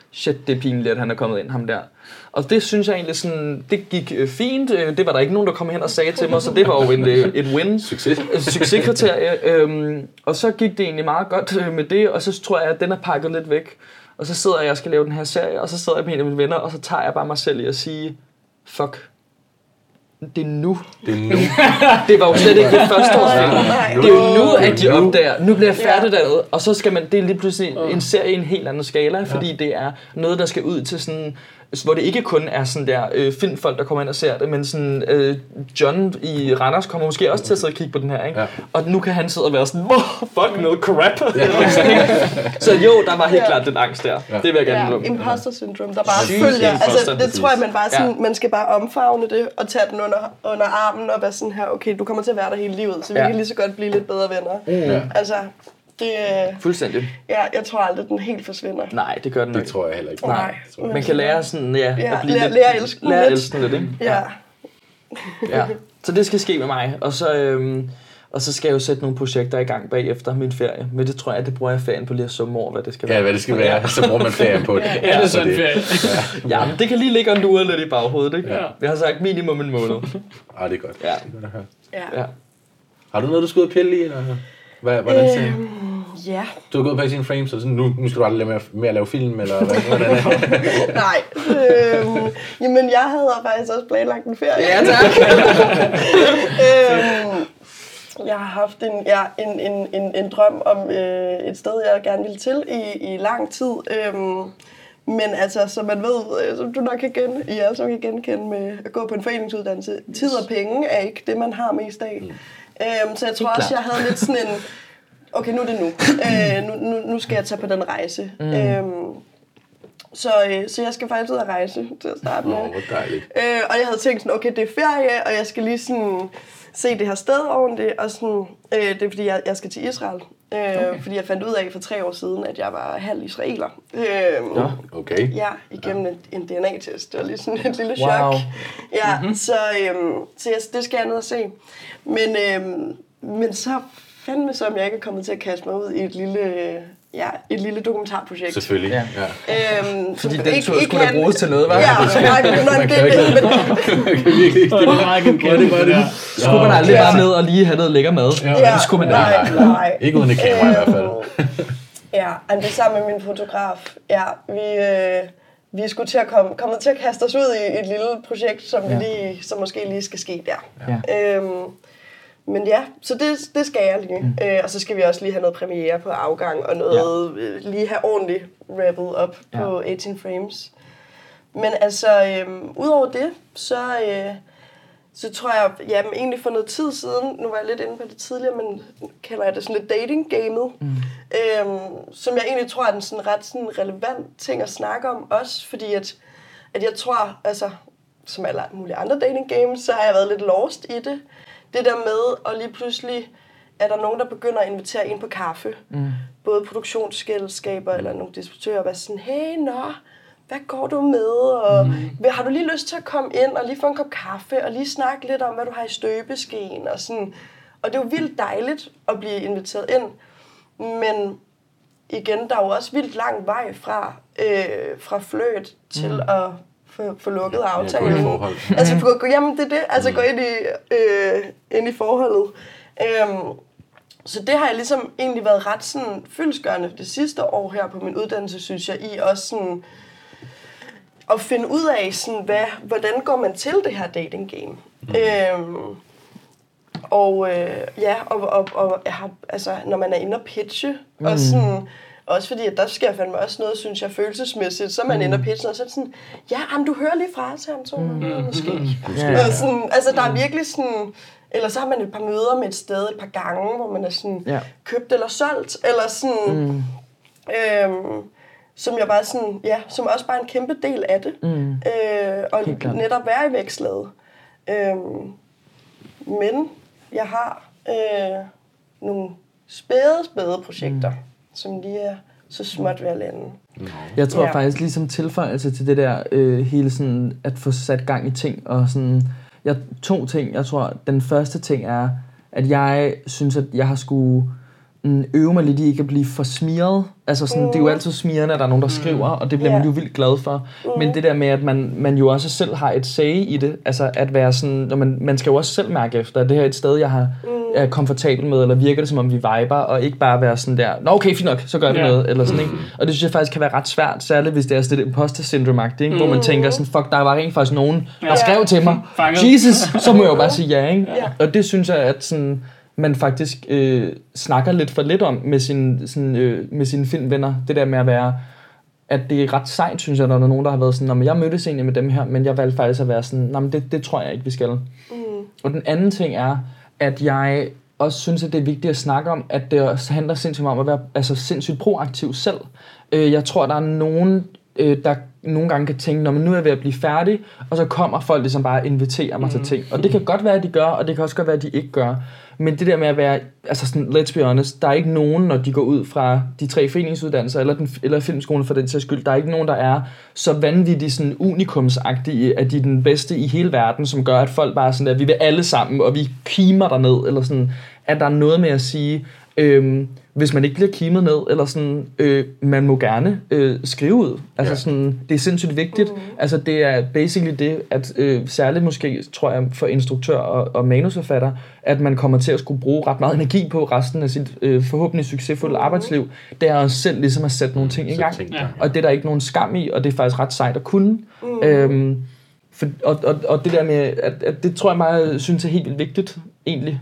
shit, det er pinligt, at han er kommet ind, ham der. Og det synes jeg egentlig sådan, det gik fint. Det var der ikke nogen, der kom hen og sagde til mig, så det var jo et win. Succeskriterie. Og så gik det egentlig meget godt med det, og så tror jeg, at den er pakket lidt væk. Og så sidder jeg og skal lave den her serie, og så sidder jeg med en af mine venner, og så tager jeg bare mig selv i at sige, fuck. Det er nu. Det var jo slet ikke det første årsfilm. Det er jo nu, at de opdager. Nu bliver jeg færdig dernede. Og så skal man, det er lige pludselig en serie i en helt anden skala, fordi det er noget, der skal ud til sådan, hvor det ikke kun er sådan der filmfolk, der kommer ind og ser det, men sådan John i Randers kommer måske også til at sidde og kigge på den her, ikke? Ja. Og nu kan han sidde og være sådan, fuck noget crap. Så jo, der var helt klart den angst der. Det vil jeg gerne love. Imposter syndrome, der bare følger. Altså, det tror jeg, man bare sådan, man skal bare omfavne det og tage den under armen og være sådan her, okay, du kommer til at være der hele livet, så vi kan lige så godt blive lidt bedre venner. Altså, det, fuldstændig. Ja, jeg tror aldrig, den helt forsvinder. Nej, det gør den ikke. Det tror jeg heller ikke. Nej. Man kan lære sådan, at blive lidt... Lære at elske den lidt, ikke? Ja. Så det skal ske med mig. Og så skal jeg jo sætte nogle projekter i gang bagefter min ferie. Men det tror jeg, det bruger jeg ferien på lige at summe over, hvad det skal være. Ja, hvad det skal være. Så bruger man ferien på det. Det er sådan en ferie. Ja, men det kan lige ligge og lure lidt i baghovedet, ikke? Jeg har sagt minimum en måned. Det er godt. Ja. Ja. Har du noget, du skal ud og pille i, eller hvordan ser det? Ja. Du har gået på 18 frames, så sådan, nu skal du aldrig lave mere at lave film, eller hvordan er det? Nej. Jamen, jeg havde faktisk også planlagt en ferie. Ja, tak. Jeg har haft en drøm om et sted, jeg gerne ville til i lang tid. Men altså, som man ved, som du nok I alle sammen kan genkende med at gå på en foreningsuddannelse, tid og penge er ikke det, man har mest af. Så jeg tror også, jeg havde lidt sådan en... Okay, nu er det nu skal jeg tage på den rejse. Så jeg skal faktisk ud og rejse til at starte med. Hvor dejligt. Og jeg havde tænkt sådan, okay, det er ferie, og jeg skal lige sådan se det her sted ordentligt. Og sådan, det er fordi, jeg skal til Israel. Fordi jeg fandt ud af for 3 år siden, at jeg var halv israeler. Okay. Ja, igennem en DNA-test. Det var lige sådan et lille chok. Ja, så det skal jeg ned og se. Men så fandme som jeg ikke er kommet til at kaste mig ud i et lille dokumentarprojekt. Selvfølgelig. Ja. Fordi den tur skulle da bruges til noget, hva'? Ja, man kan virkelig ikke. Det skulle man aldrig bare ned og lige have noget lækker mad. Det skulle man nej. Ikke uden et kamera i hvert fald. Ja, det er sammen med min fotograf. Ja, vi skulle til at komme til at kaste os ud i et lille projekt, som måske lige skal ske der. Ja. Men ja, så det skal jeg lige. Og så skal vi også lige have noget premiere på afgang, og noget lige have ordentligt wrappet op på 18 frames. Men altså, udover det, så tror jeg, egentlig for noget tid siden, nu var jeg lidt inde på det tidligere, men kalder jeg det sådan lidt dating-gamet, som jeg egentlig tror er en sådan ret sådan relevant ting at snakke om, også fordi at jeg tror, altså, som alle mulige andre dating-games, så har jeg været lidt lost i det. Det der med, og lige pludselig er der nogen, der begynder at invitere en på kaffe. Både produktionsselskaber eller nogle distributører, og være sådan, hey, hvad går du med? Og har du lige lyst til at komme ind og lige få en kop kaffe, og lige snakke lidt om, hvad du har i støbeskeen? Og sådan. Og det er jo vildt dejligt at blive inviteret ind. Men igen, der er jo også vildt lang vej fra fløjt til at få lukket aftalen. Jamen det er det, altså gå ind i forholdet. Så det har jeg ligesom egentlig været ret sådan fyldestgørende det sidste år her på min uddannelse, synes jeg, i også sådan at finde ud af sådan, hvordan går man til det her dating game. Og altså når man er inde og pitche og sådan. Også fordi, at der sker fandme også noget, synes jeg, følelsesmæssigt. Så er man ender pitchen, og så er det sådan, du hører lige fra til ham, så måske. Sådan, altså, der er virkelig sådan... Eller så har man et par møder med et sted et par gange, hvor man er sådan købt eller solgt, eller sådan... som jeg bare sådan... Ja, som også bare er en kæmpe del af det. Og netop være i vækslaget. Men jeg har nogle spæde projekter, som lige er så småt ved at lande. Jeg tror faktisk ligesom tilføjelse til det der hele sådan at få sat gang i ting og sådan 2 ting. Jeg tror den første ting er at jeg synes at jeg har skulle øve mig lidt i ikke at blive for smiret. Altså sådan, det er jo altid smirende, at der er nogen, der skriver, og det bliver man jo vildt glad for. Men det der med, at man jo også selv har et say i det, altså at være sådan, når man skal jo også selv mærke efter, at det her er et sted, jeg er komfortabel med, eller virker det som om vi viber, og ikke bare være sådan der, nå okay, fint nok, så gør vi noget, eller sådan, ikke? Og det synes jeg faktisk kan være ret svært, særligt hvis det er sådan et imposter syndrome-agtigt, ikke? Hvor man tænker sådan, fuck, der var rent faktisk nogen, der skrev til mig, Jesus, så må jeg jo bare sige ja, ikke? Og det synes jeg, at sådan, man faktisk snakker lidt for lidt om med sine filmvenner. Det der med at være, at det er ret sejt, synes jeg, der er nogen, der har været sådan, jeg mødtes egentlig med dem her, men jeg valgte faktisk at være sådan, nej, men det tror jeg ikke, vi skal. Og den anden ting er, at jeg også synes, at det er vigtigt at snakke om, at det også handler sindssygt om at være sindssygt proaktiv selv. Jeg tror, der er nogen, der nogle gange kan tænke, men nu er jeg ved at blive færdig, og så kommer folk ligesom bare og inviterer mig til ting. Og det kan godt være, at de gør, og det kan også godt være, at de ikke gør. Men det der med at være, altså sådan, let's be honest, der er ikke nogen, når de går ud fra de 3 foreningsuddannelser, eller filmskolen for den sags skyld, der er ikke nogen, der er så vanvittigt sådan unikumsagtige, at de er den bedste i hele verden, som gør, at folk bare sådan der, vi vil alle sammen, og vi kimer derned, eller sådan, at der er noget med at sige, hvis man ikke bliver kimet ned, eller sådan, man må gerne skrive ud. Altså sådan, det er sindssygt vigtigt. Altså det er basically det, at særligt måske, tror jeg, for instruktør og manusforfatter, at man kommer til at skulle bruge ret meget energi på resten af sit forhåbentlig succesfulde arbejdsliv, det er også selv ligesom at sætte nogle ting i gang. Og det er der ikke nogen skam i, og det er faktisk ret sejt at kunne. Og det der med, at det tror jeg meget synes er helt vildt vigtigt, egentlig.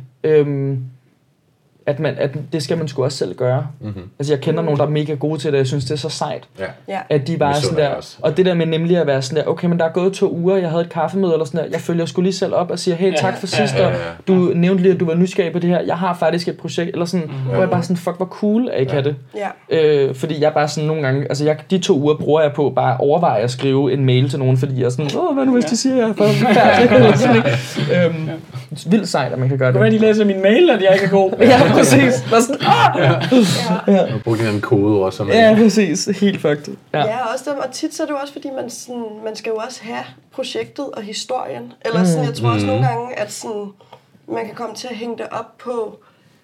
At det skal man sgu også selv gøre. Altså jeg kender nogen, der er mega gode til det, jeg synes det er så sejt. At de bare er sådan der, og det der med nemlig at være sådan der, okay, men der er gået 2 uger, jeg havde et kaffemøde eller sådan der, jeg følger sgu lige selv op og siger, hey, tak for sidst, og du nævnte lige, at du var nysgerrig på det her, jeg har faktisk et projekt, eller sådan, hvor jeg bare sådan, fuck, hvor cool, at I kan det. Fordi jeg bare sådan nogle gange, altså de 2 uger bruger jeg på bare at overveje at skrive en mail til nogen, fordi jeg er sådan, hvad nu hvis de siger, jeg er for færdig, eller sådan, ikke? Vildt sejt, at man kan gøre det. Hvad de læser min mail, at jeg ikke er god. Præcis. Bare sådan, Og bruge den kode også. Ja, præcis. Helt fucked. Ja, også dem. Og tit så er det jo også, fordi man skal jo også have projektet og historien. Eller sådan, jeg tror også nogle gange, at sådan, man kan komme til at hænge det op på,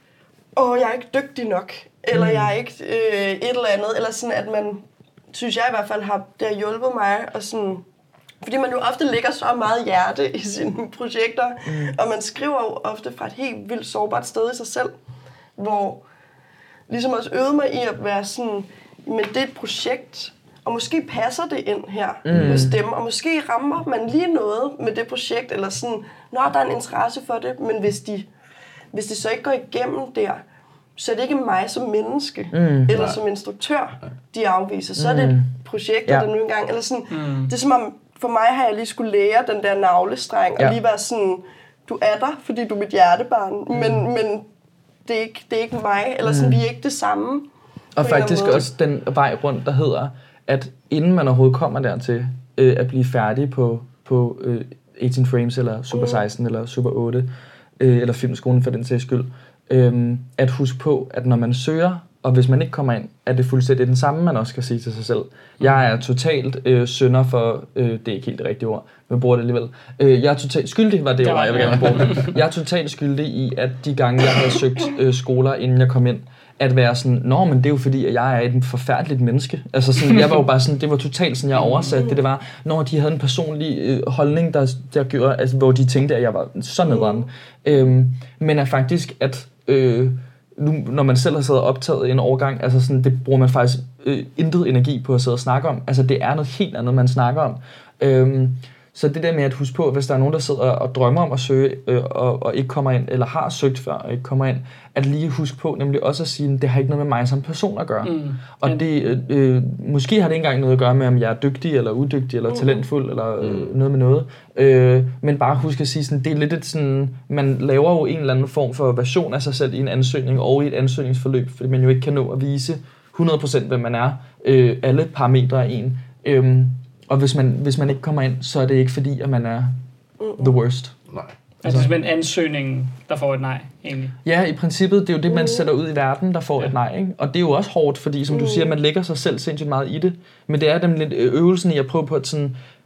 jeg er ikke dygtig nok. Eller jeg er ikke et eller andet. Eller sådan, at man, synes jeg i hvert fald, det har hjulpet mig. Og sådan, fordi man jo ofte lægger så meget hjerte i sine projekter, og man skriver jo ofte fra et helt vildt sårbart sted i sig selv, hvor ligesom også øvede mig i at være sådan, men det er et projekt, og måske passer det ind her hos dem, og måske rammer man lige noget med det projekt, eller sådan, der er en interesse for det, men hvis de så ikke går igennem der, så er det ikke mig som menneske, eller som instruktør, de afviser, så er det et projekt, der nu engang, eller sådan, det er som om, for mig har jeg lige skulle lære den der navlestreng, og lige være sådan, du er der, fordi du er mit hjertebarn, men det er ikke mig, eller sådan, vi er ikke det samme. Og faktisk også den vej rundt, der hedder, at inden man overhovedet kommer dertil at blive færdig på 18 Frames, eller Super 16, eller Super 8, eller filmskolen for den sags skyld, at huske på, at når man søger, og hvis man ikke kommer ind, er det fuldstændig den samme, man også skal sige til sig selv. Jeg er totalt synder for, det er ikke helt det rigtige ord, men jeg bruger det alligevel. Jeg er totalt skyldig, var det ord, jeg vil gerne bruge. Jeg er totalt skyldig i, at de gange, jeg havde søgt skoler, inden jeg kom ind, at være sådan, men det er jo fordi, at jeg er et forfærdeligt menneske. Altså sådan, jeg var jo bare sådan, det var totalt sådan, jeg oversatte det var, når de havde en personlig holdning, der gjorde, altså, hvor de tænkte, at jeg var så nederen. Men er faktisk, at nu, når man selv har siddet og optaget en overgang, altså sådan, det bruger man faktisk intet energi på at sidde og snakke om. Altså det er noget helt andet, man snakker om. Så det der med at huske på, hvis der er nogen, der sidder og drømmer om at søge, og ikke kommer ind, eller har søgt før og ikke kommer ind, at lige huske på, nemlig også at sige, at det har ikke noget med mig som person at gøre. Og det, måske har det ikke engang noget at gøre med, om jeg er dygtig, eller udygtig, eller talentfuld, eller noget med noget. Men bare husk at sige, sådan, det er lidt et sådan, man laver jo en eller anden form for version af sig selv i en ansøgning, og i et ansøgningsforløb, fordi man jo ikke kan nå at vise 100% hvem man er. Alle parametre er en. Og hvis man ikke kommer ind, så er det ikke fordi, at man er the worst. Nej. Altså det er simpelthen ansøgningen, der får et nej, egentlig. Ja, i princippet, det er jo det, man sætter ud i verden, der får et nej, ikke? Og det er jo også hårdt, fordi som du siger, man lægger sig selv sindssygt meget i det. Men det er dem lidt øvelsen i at prøve på at sådan,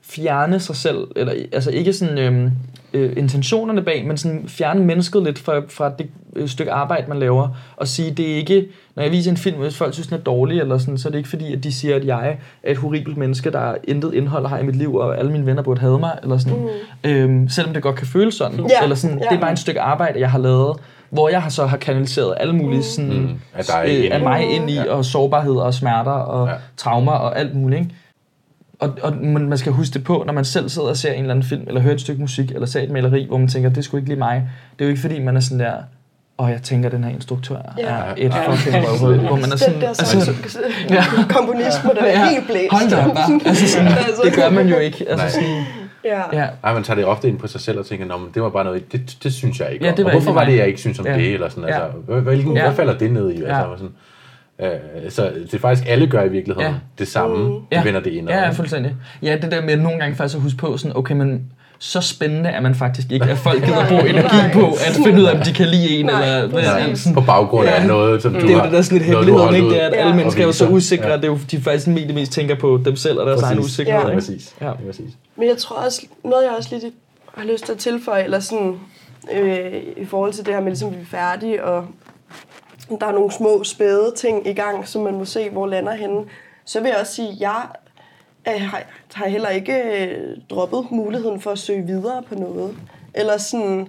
fjerne sig selv, eller altså ikke sådan intentionerne bag, men sådan fjerne mennesket lidt fra det stykke arbejde, man laver, og sige, det er ikke, når jeg viser en film, hvis folk synes, den er dårlig, eller sådan, så er det ikke fordi, at de siger, at jeg er et horribelt menneske, der intet indhold har i mit liv, og alle mine venner burde hade mig, eller sådan. Selvom det godt kan føles sådan. Eller sådan, det er bare et stykke arbejde, jeg har lavet, hvor jeg så har kanaliseret alle mulige sådan, af mig ind i, og sårbarhed, og smerter, og traumer, og alt muligt, ikke? Og man skal huske det på, når man selv sidder og ser en eller anden film, eller hører et stykke musik, eller ser et maleri, hvor man tænker, det er sgu ikke lige mig. Det er jo ikke fordi, man er sådan der, jeg tænker, den her instruktør er et fucking røvhul, hvor man er sådan... Komponist må da være helt blæst. Hold da op, altså sådan, det gør man jo ikke. Altså sådan, man tager det ofte ind på sig selv og tænker, det var bare noget, det synes jeg ikke. Ja, og hvorfor var det, jeg ikke synes om det? Eller sådan, altså, hvad falder det ned i? Altså, sådan. Så det er faktisk, alle gør i virkeligheden det samme, de vender det ind. Ja, fuldstændig. Ja, det der med nogle gange faktisk at huske på, sådan, okay, men så spændende er man faktisk ikke, at folk gider bruge energi på at finde ud af, om de kan lide en, eller på baggrund af noget, som du har. Det er jo det der sådan lidt hemmelighed, ikke? Det er, at alle mennesker er jo så usikre, det er jo, de faktisk mest tænker på dem selv og deres egen usikkerhed. Ja, præcis. Men jeg tror også, noget jeg også lidt har lyst til at tilføje, eller sådan, i forhold til det her med, ligesom vi er færdige, og der er nogle små spæde ting i gang, som man må se, hvor lander henne, så vil jeg også sige, jeg har heller ikke droppet muligheden for at søge videre på noget. Eller sådan,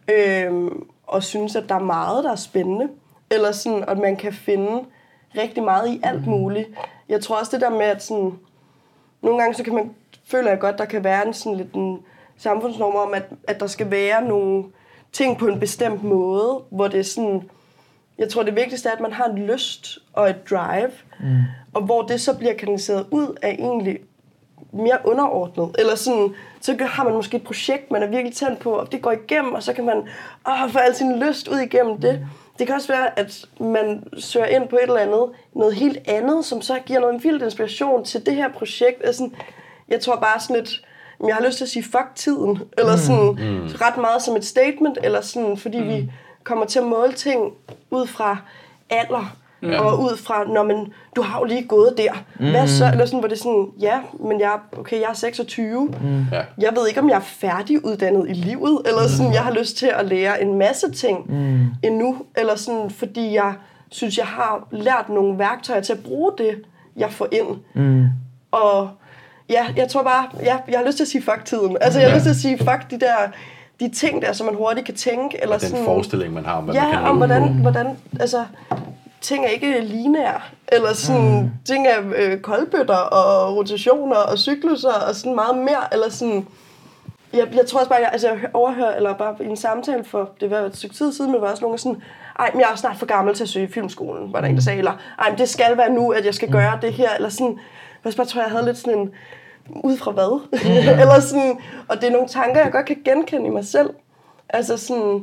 og synes, at der er meget, der er spændende. Eller sådan, at man kan finde rigtig meget i alt muligt. Jeg tror også det der med, at sådan, nogle gange så kan man, føler jeg godt, der kan være en samfundsnorm om, at der skal være nogle ting på en bestemt måde, hvor det er sådan, jeg tror det vigtigste er, at man har en lyst og et drive, og hvor det så bliver kanaliseret ud af egentlig mere underordnet. Eller sådan, så har man måske et projekt, man er virkelig tændt på, og det går igennem, og så kan man få al sin lyst ud igennem det. Det kan også være, at man søger ind på et eller andet, noget helt andet, som så giver noget vildt inspiration til det her projekt. Altså, jeg tror bare sådan lidt, jeg har lyst til at sige fuck tiden, eller sådan ret meget som et statement, eller sådan, fordi vi kommer til at måle ting ud fra alder, og ud fra, men du har jo lige gået der. Hvad så? Eller sådan, hvor det er sådan, men jeg er 26. Jeg ved ikke, om jeg er færdiguddannet i livet, eller sådan, jeg har lyst til at lære en masse ting endnu, eller sådan, fordi jeg synes, jeg har lært nogle værktøjer til at bruge det, jeg får ind. Og jeg tror bare, jeg har lyst til at sige fuck tiden. Altså, jeg har lyst til at sige fuck de ting der, som man hurtigt kan tænke. Eller den sådan, forestilling, man har om, hvad man kan hvordan altså, ting er ikke lineære. Eller sådan, ting er koldbøtter og rotationer og cykluser og sådan meget mere. Eller sådan, jeg tror også bare, jeg overhører, eller bare i en samtale for, det var et stykke tid siden, men var også nogen sådan, men jeg er snart for gammel til at søge filmskolen, var der en, der sagde, eller men det skal være nu, at jeg skal gøre det her, eller sådan, jeg bare tror, jeg havde lidt sådan en, ud fra hvad? Eller sådan, og det er nogle tanker, jeg godt kan genkende i mig selv. Altså sådan,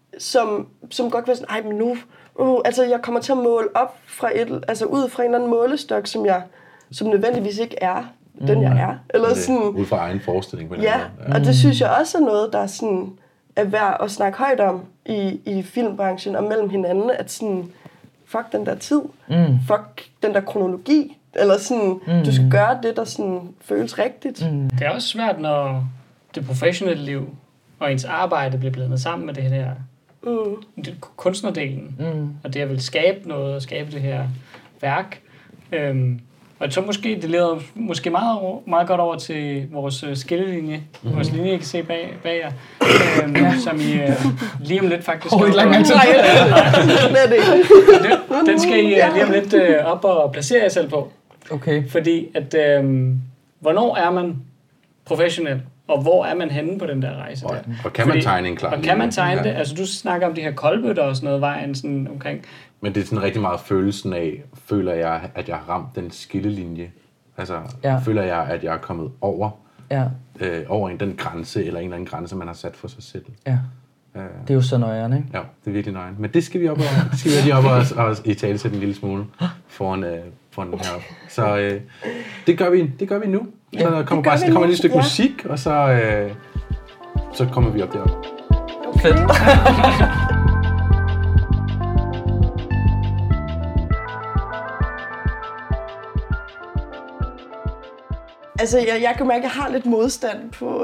som godt kan være sådan, men nu, altså jeg kommer til at måle op fra ud fra en eller anden målestok, som nødvendigvis ikke er den, jeg er. Eller sådan, ud fra egen forestilling. Og det synes jeg også er noget, der sådan, er værd at snakke højt om i filmbranchen og mellem hinanden, at sådan, fuck den der tid, fuck den der kronologi, eller sådan, du skal gøre det, der sådan føles rigtigt. Det er også svært, når det professionelle liv og ens arbejde bliver blandet sammen med det her kunstnerdelen, og det at vil skabe noget, og skabe det her værk. Og jeg tror måske, det leder måske meget, meget godt over til vores skillelinje, vores linje, I kan se bag jer, som I lige om lidt faktisk... Den skal I lige om lidt op og placere jer selv på. Okay. Fordi at, hvornår er man professionel, og hvor er man henne på den der rejse der? Og kan man tegne en klar linje? Og kan man tegne det? Altså du snakker om de her koldbøtter og sådan noget, vejen sådan omkring. Men det er sådan rigtig meget følelsen af, føler jeg, at jeg har ramt den skillelinje. Altså føler jeg, at jeg er kommet over, over den grænse, eller en eller anden grænse, man har sat for sig selv. Ja. Det er jo så nøjeren, ikke? Ja, det er virkelig nøjeren. Men det skal vi op og i tale til en lille smule foran den her. Så det gør vi nu. Så der kommer et lille stykke musik, og så kommer vi op derop. Fedt. Altså, jeg kan mærke, at jeg har lidt modstand på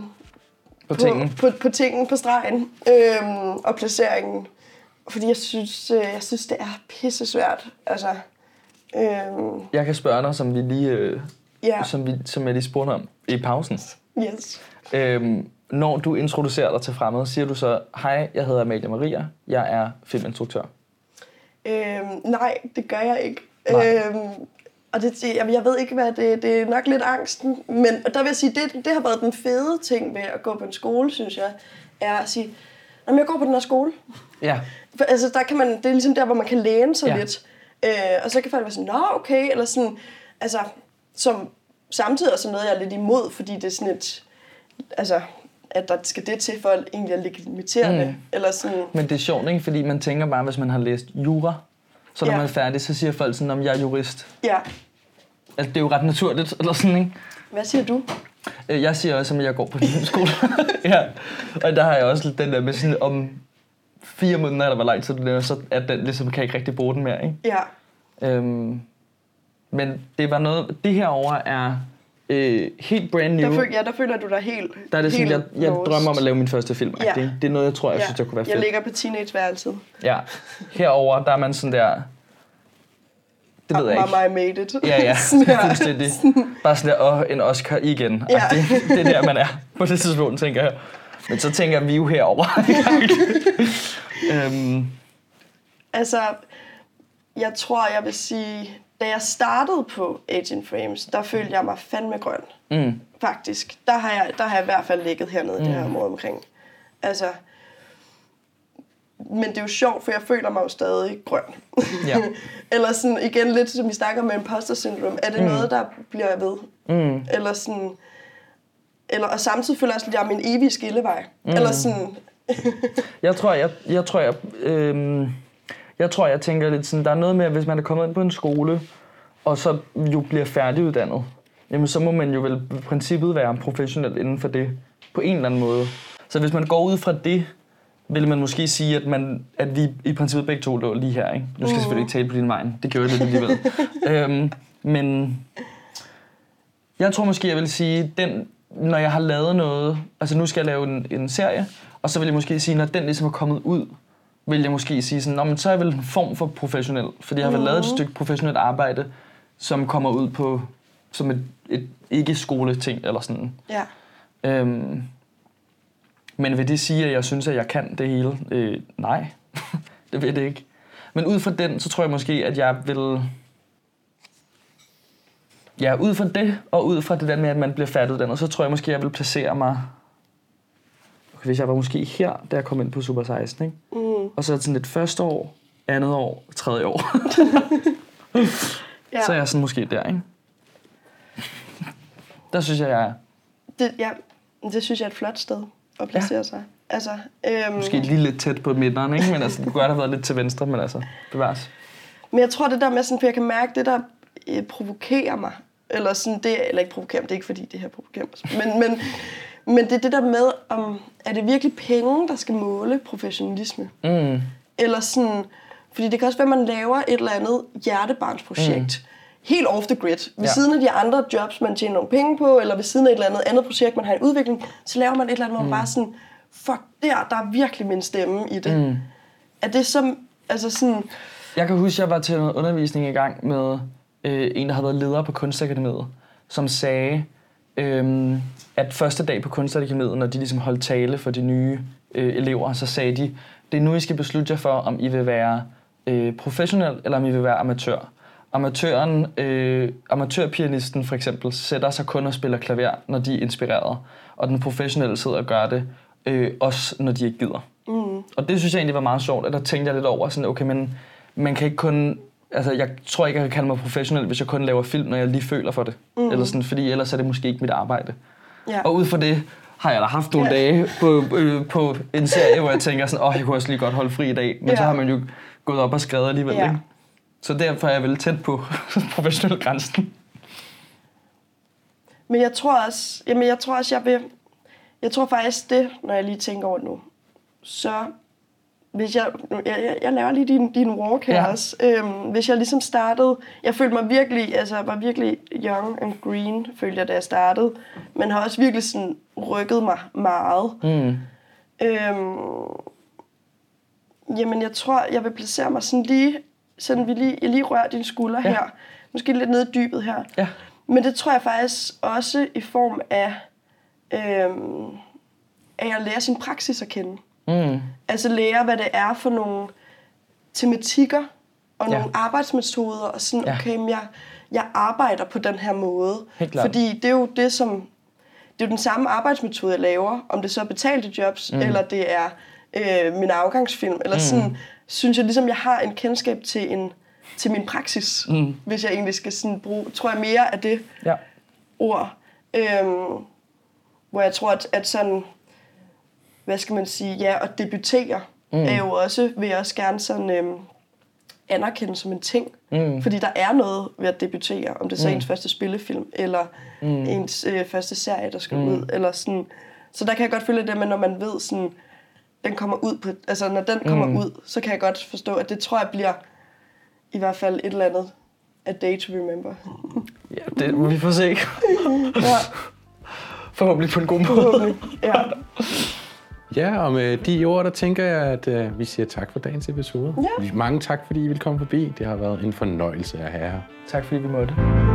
på tingen, på stregen og placeringen. Fordi jeg synes, det er pisse svært. Altså, Jeg kan spørge dig, som vi lige, som jeg lige spurgte om i pausen. Yes. Når du introducerer dig til fremmede, siger du så, hej, jeg hedder Amalie Maria, jeg er filminstruktør. Nej, det gør jeg ikke. Og jeg ved ikke, hvad det er nok lidt angsten. Men der vil jeg sige, det har været den fede ting ved at gå på en skole, synes jeg, er at sige, jeg går på den her skole. Ja. For, altså, der kan man, det er ligesom der, hvor man kan læne sig lidt. Og så kan folk være sådan, nå, okay, eller sådan, altså, som samtidig også noget, jeg er lidt imod, fordi det er sådan et, altså, at der skal det til for egentlig at legitimere det. Eller sådan. Men det er sjovt, ikke? Fordi man tænker bare, hvis man har læst jura, så når man er færdig, så siger folk sådan, om jeg er jurist. Ja. Altså, det er jo ret naturligt, eller sådan, ikke? Hvad siger du? Jeg siger også, at jeg går på den skole. Ja. Og der har jeg også den der med sådan, om 4 måneder, eller hvor lang tid det er, så at den ligesom kan jeg ikke rigtig bruge den mere, ikke? Ja. Men det var noget, det her over er helt brand new. Der føler du dig helt. Der er det sådan, jeg drømmer om at lave min første film. Ja. Det er noget, jeg tror, jeg synes, jeg kunne være fedt. Jeg ligger på teenageværelset. Ja. Herover der er man sådan der. Det ved jeg ikke. Mama, I made it. Ja, fuldstændig. Bare sådan der, en Oscar igen. Ja. Det er der, man er på det tidspunkt, tænker jeg. Men så tænker vi jo herover. Altså, jeg tror, jeg vil sige, da jeg startede på Agent Frames, der følte jeg mig fandme grøn. Faktisk. Der har jeg i hvert fald ligget hernede i det her område omkring. Altså, men det er jo sjovt, for jeg føler mig jo stadig grøn. Ja. Eller sådan, igen lidt som vi snakker med imposter syndrom. Er det noget, der bliver ved? Eller sådan, og samtidig føler jeg også, at jeg er min evige skillevej. Eller sådan. Jeg tænker lidt sådan, der er noget med, at hvis man er kommet ind på en skole, og så jo bliver færdiguddannet, jamen så må man jo vel i princippet være professionel inden for det, på en eller anden måde. Så hvis man går ud fra det, vil man måske sige, at vi i princippet begge to lå lige her, ikke? Du skal selvfølgelig ikke tale på din vejen, det gjorde jeg lidt alligevel. Men jeg tror måske, jeg vil sige, når jeg har lavet noget, altså nu skal jeg lave en serie, og så vil jeg måske sige, når den ligesom er kommet ud, vil jeg måske sige sådan, men så er jeg vel en form for professionel, fordi jeg har vel lavet et stykke professionelt arbejde, som kommer ud på som et ikke-skole-ting eller sådan. Ja. Men vil det sige, at jeg synes, at jeg kan det hele? Nej, det vil det ikke. Men ud fra den, så tror jeg måske, at jeg vil... Ja, ud fra det, og ud fra det der med, at man bliver færdiguddannet, så tror jeg måske, at jeg vil placere mig... Okay, hvis jeg var måske her, da jeg kom ind på Super 16, ikke? Og så sådan et første år, andet år, tredje år. Ja. Så er jeg sådan måske der, ikke? Der synes jeg er... Det synes jeg er et flot sted at placere sig. Altså, måske lige lidt tæt på midteren, ikke? Men altså, det kunne godt have været lidt til venstre, men altså, bevares. Men jeg tror det der med sådan, for jeg kan mærke det der provokerer mig, eller sådan det, eller ikke provokerer mig, det er ikke fordi det her provokerer mig, men det er det der med, om er det virkelig penge, der skal måle professionalisme? Eller sådan, fordi det kan også være, at man laver et eller andet hjertebarnsprojekt, helt off the grid, ved siden af de andre jobs, man tjener nogle penge på, eller ved siden af et eller andet projekt, man har i udvikling, så laver man et eller andet, hvor man bare sådan, fuck, der er virkelig min stemme i det. Er det som, altså sådan... Jeg kan huske, jeg var til noget undervisning i gang med en, der havde været leder på Kunstakademiet, som sagde, at første dag på Kunstakademiet, når de ligesom holdt tale for de nye elever, så sagde de, det er nu, I skal beslutte jer for, om I vil være professionel, eller om I vil være amatør. Amatørpianisten for eksempel sætter sig kun og spiller klaver, når de er inspireret, og den professionelle sidder og gør det, også når de ikke gider. Og det synes jeg egentlig var meget sjovt, at der tænkte jeg lidt over, sådan, okay, men man kan ikke kun... Altså, jeg tror ikke, jeg kan kalde mig professionel, hvis jeg kun laver film, når jeg lige føler for det. Eller sådan, fordi ellers er det måske ikke mit arbejde. Ja. Og ud fra det har jeg da haft nogle dage på en serie, hvor jeg tænker sådan, jeg kunne også lige godt holde fri i dag. Men så har man jo gået op og skrevet alligevel, ikke? Så derfor er jeg vel tæt på professionel grænsen. Men jeg tror også, jeg tror faktisk det, når jeg lige tænker over det nu, så hvis jeg laver lige din walk her også. Hvis jeg ligesom startede, jeg følte mig virkelig, altså var virkelig young and green, følte jeg, da jeg startede, men har også virkelig sådan rykket mig meget. Jamen, jeg tror, jeg vil placere mig sådan lige, jeg lige rører dine skuldre her, måske lidt nede i dybet her. Ja. Men det tror jeg faktisk også i form af, at jeg lærer sin praksis at kende. Altså lære, hvad det er for nogle tematikker og nogle arbejdsmetoder, og sådan, okay, men jeg arbejder på den her måde. Fordi det er jo det, som... Det er jo den samme arbejdsmetode, jeg laver, om det så er betalte jobs, eller det er min afgangsfilm, eller sådan, synes jeg ligesom, jeg har en kendskab til min praksis, hvis jeg egentlig skal sådan bruge, tror jeg mere af det ord, hvor jeg tror, at sådan, hvad skal man sige, at debutere er jo også, vil jeg også gerne sådan anerkende som en ting, fordi der er noget ved at debutere, om det så er ens første spillefilm, eller ens første serie, der skal ud, eller sådan. Så der kan jeg godt føle det med, når man ved sådan, den kommer ud på, altså når den kommer ud, så kan jeg godt forstå, at det tror jeg bliver i hvert fald et eller andet a day to remember. Ja, det må vi få se. Forhåbentlig på en god måde. Ja, og med de ord, der tænker jeg, at vi siger tak for dagens episode. Mange tak, fordi I vil komme forbi. Det har været en fornøjelse at have her. Tak fordi vi måtte.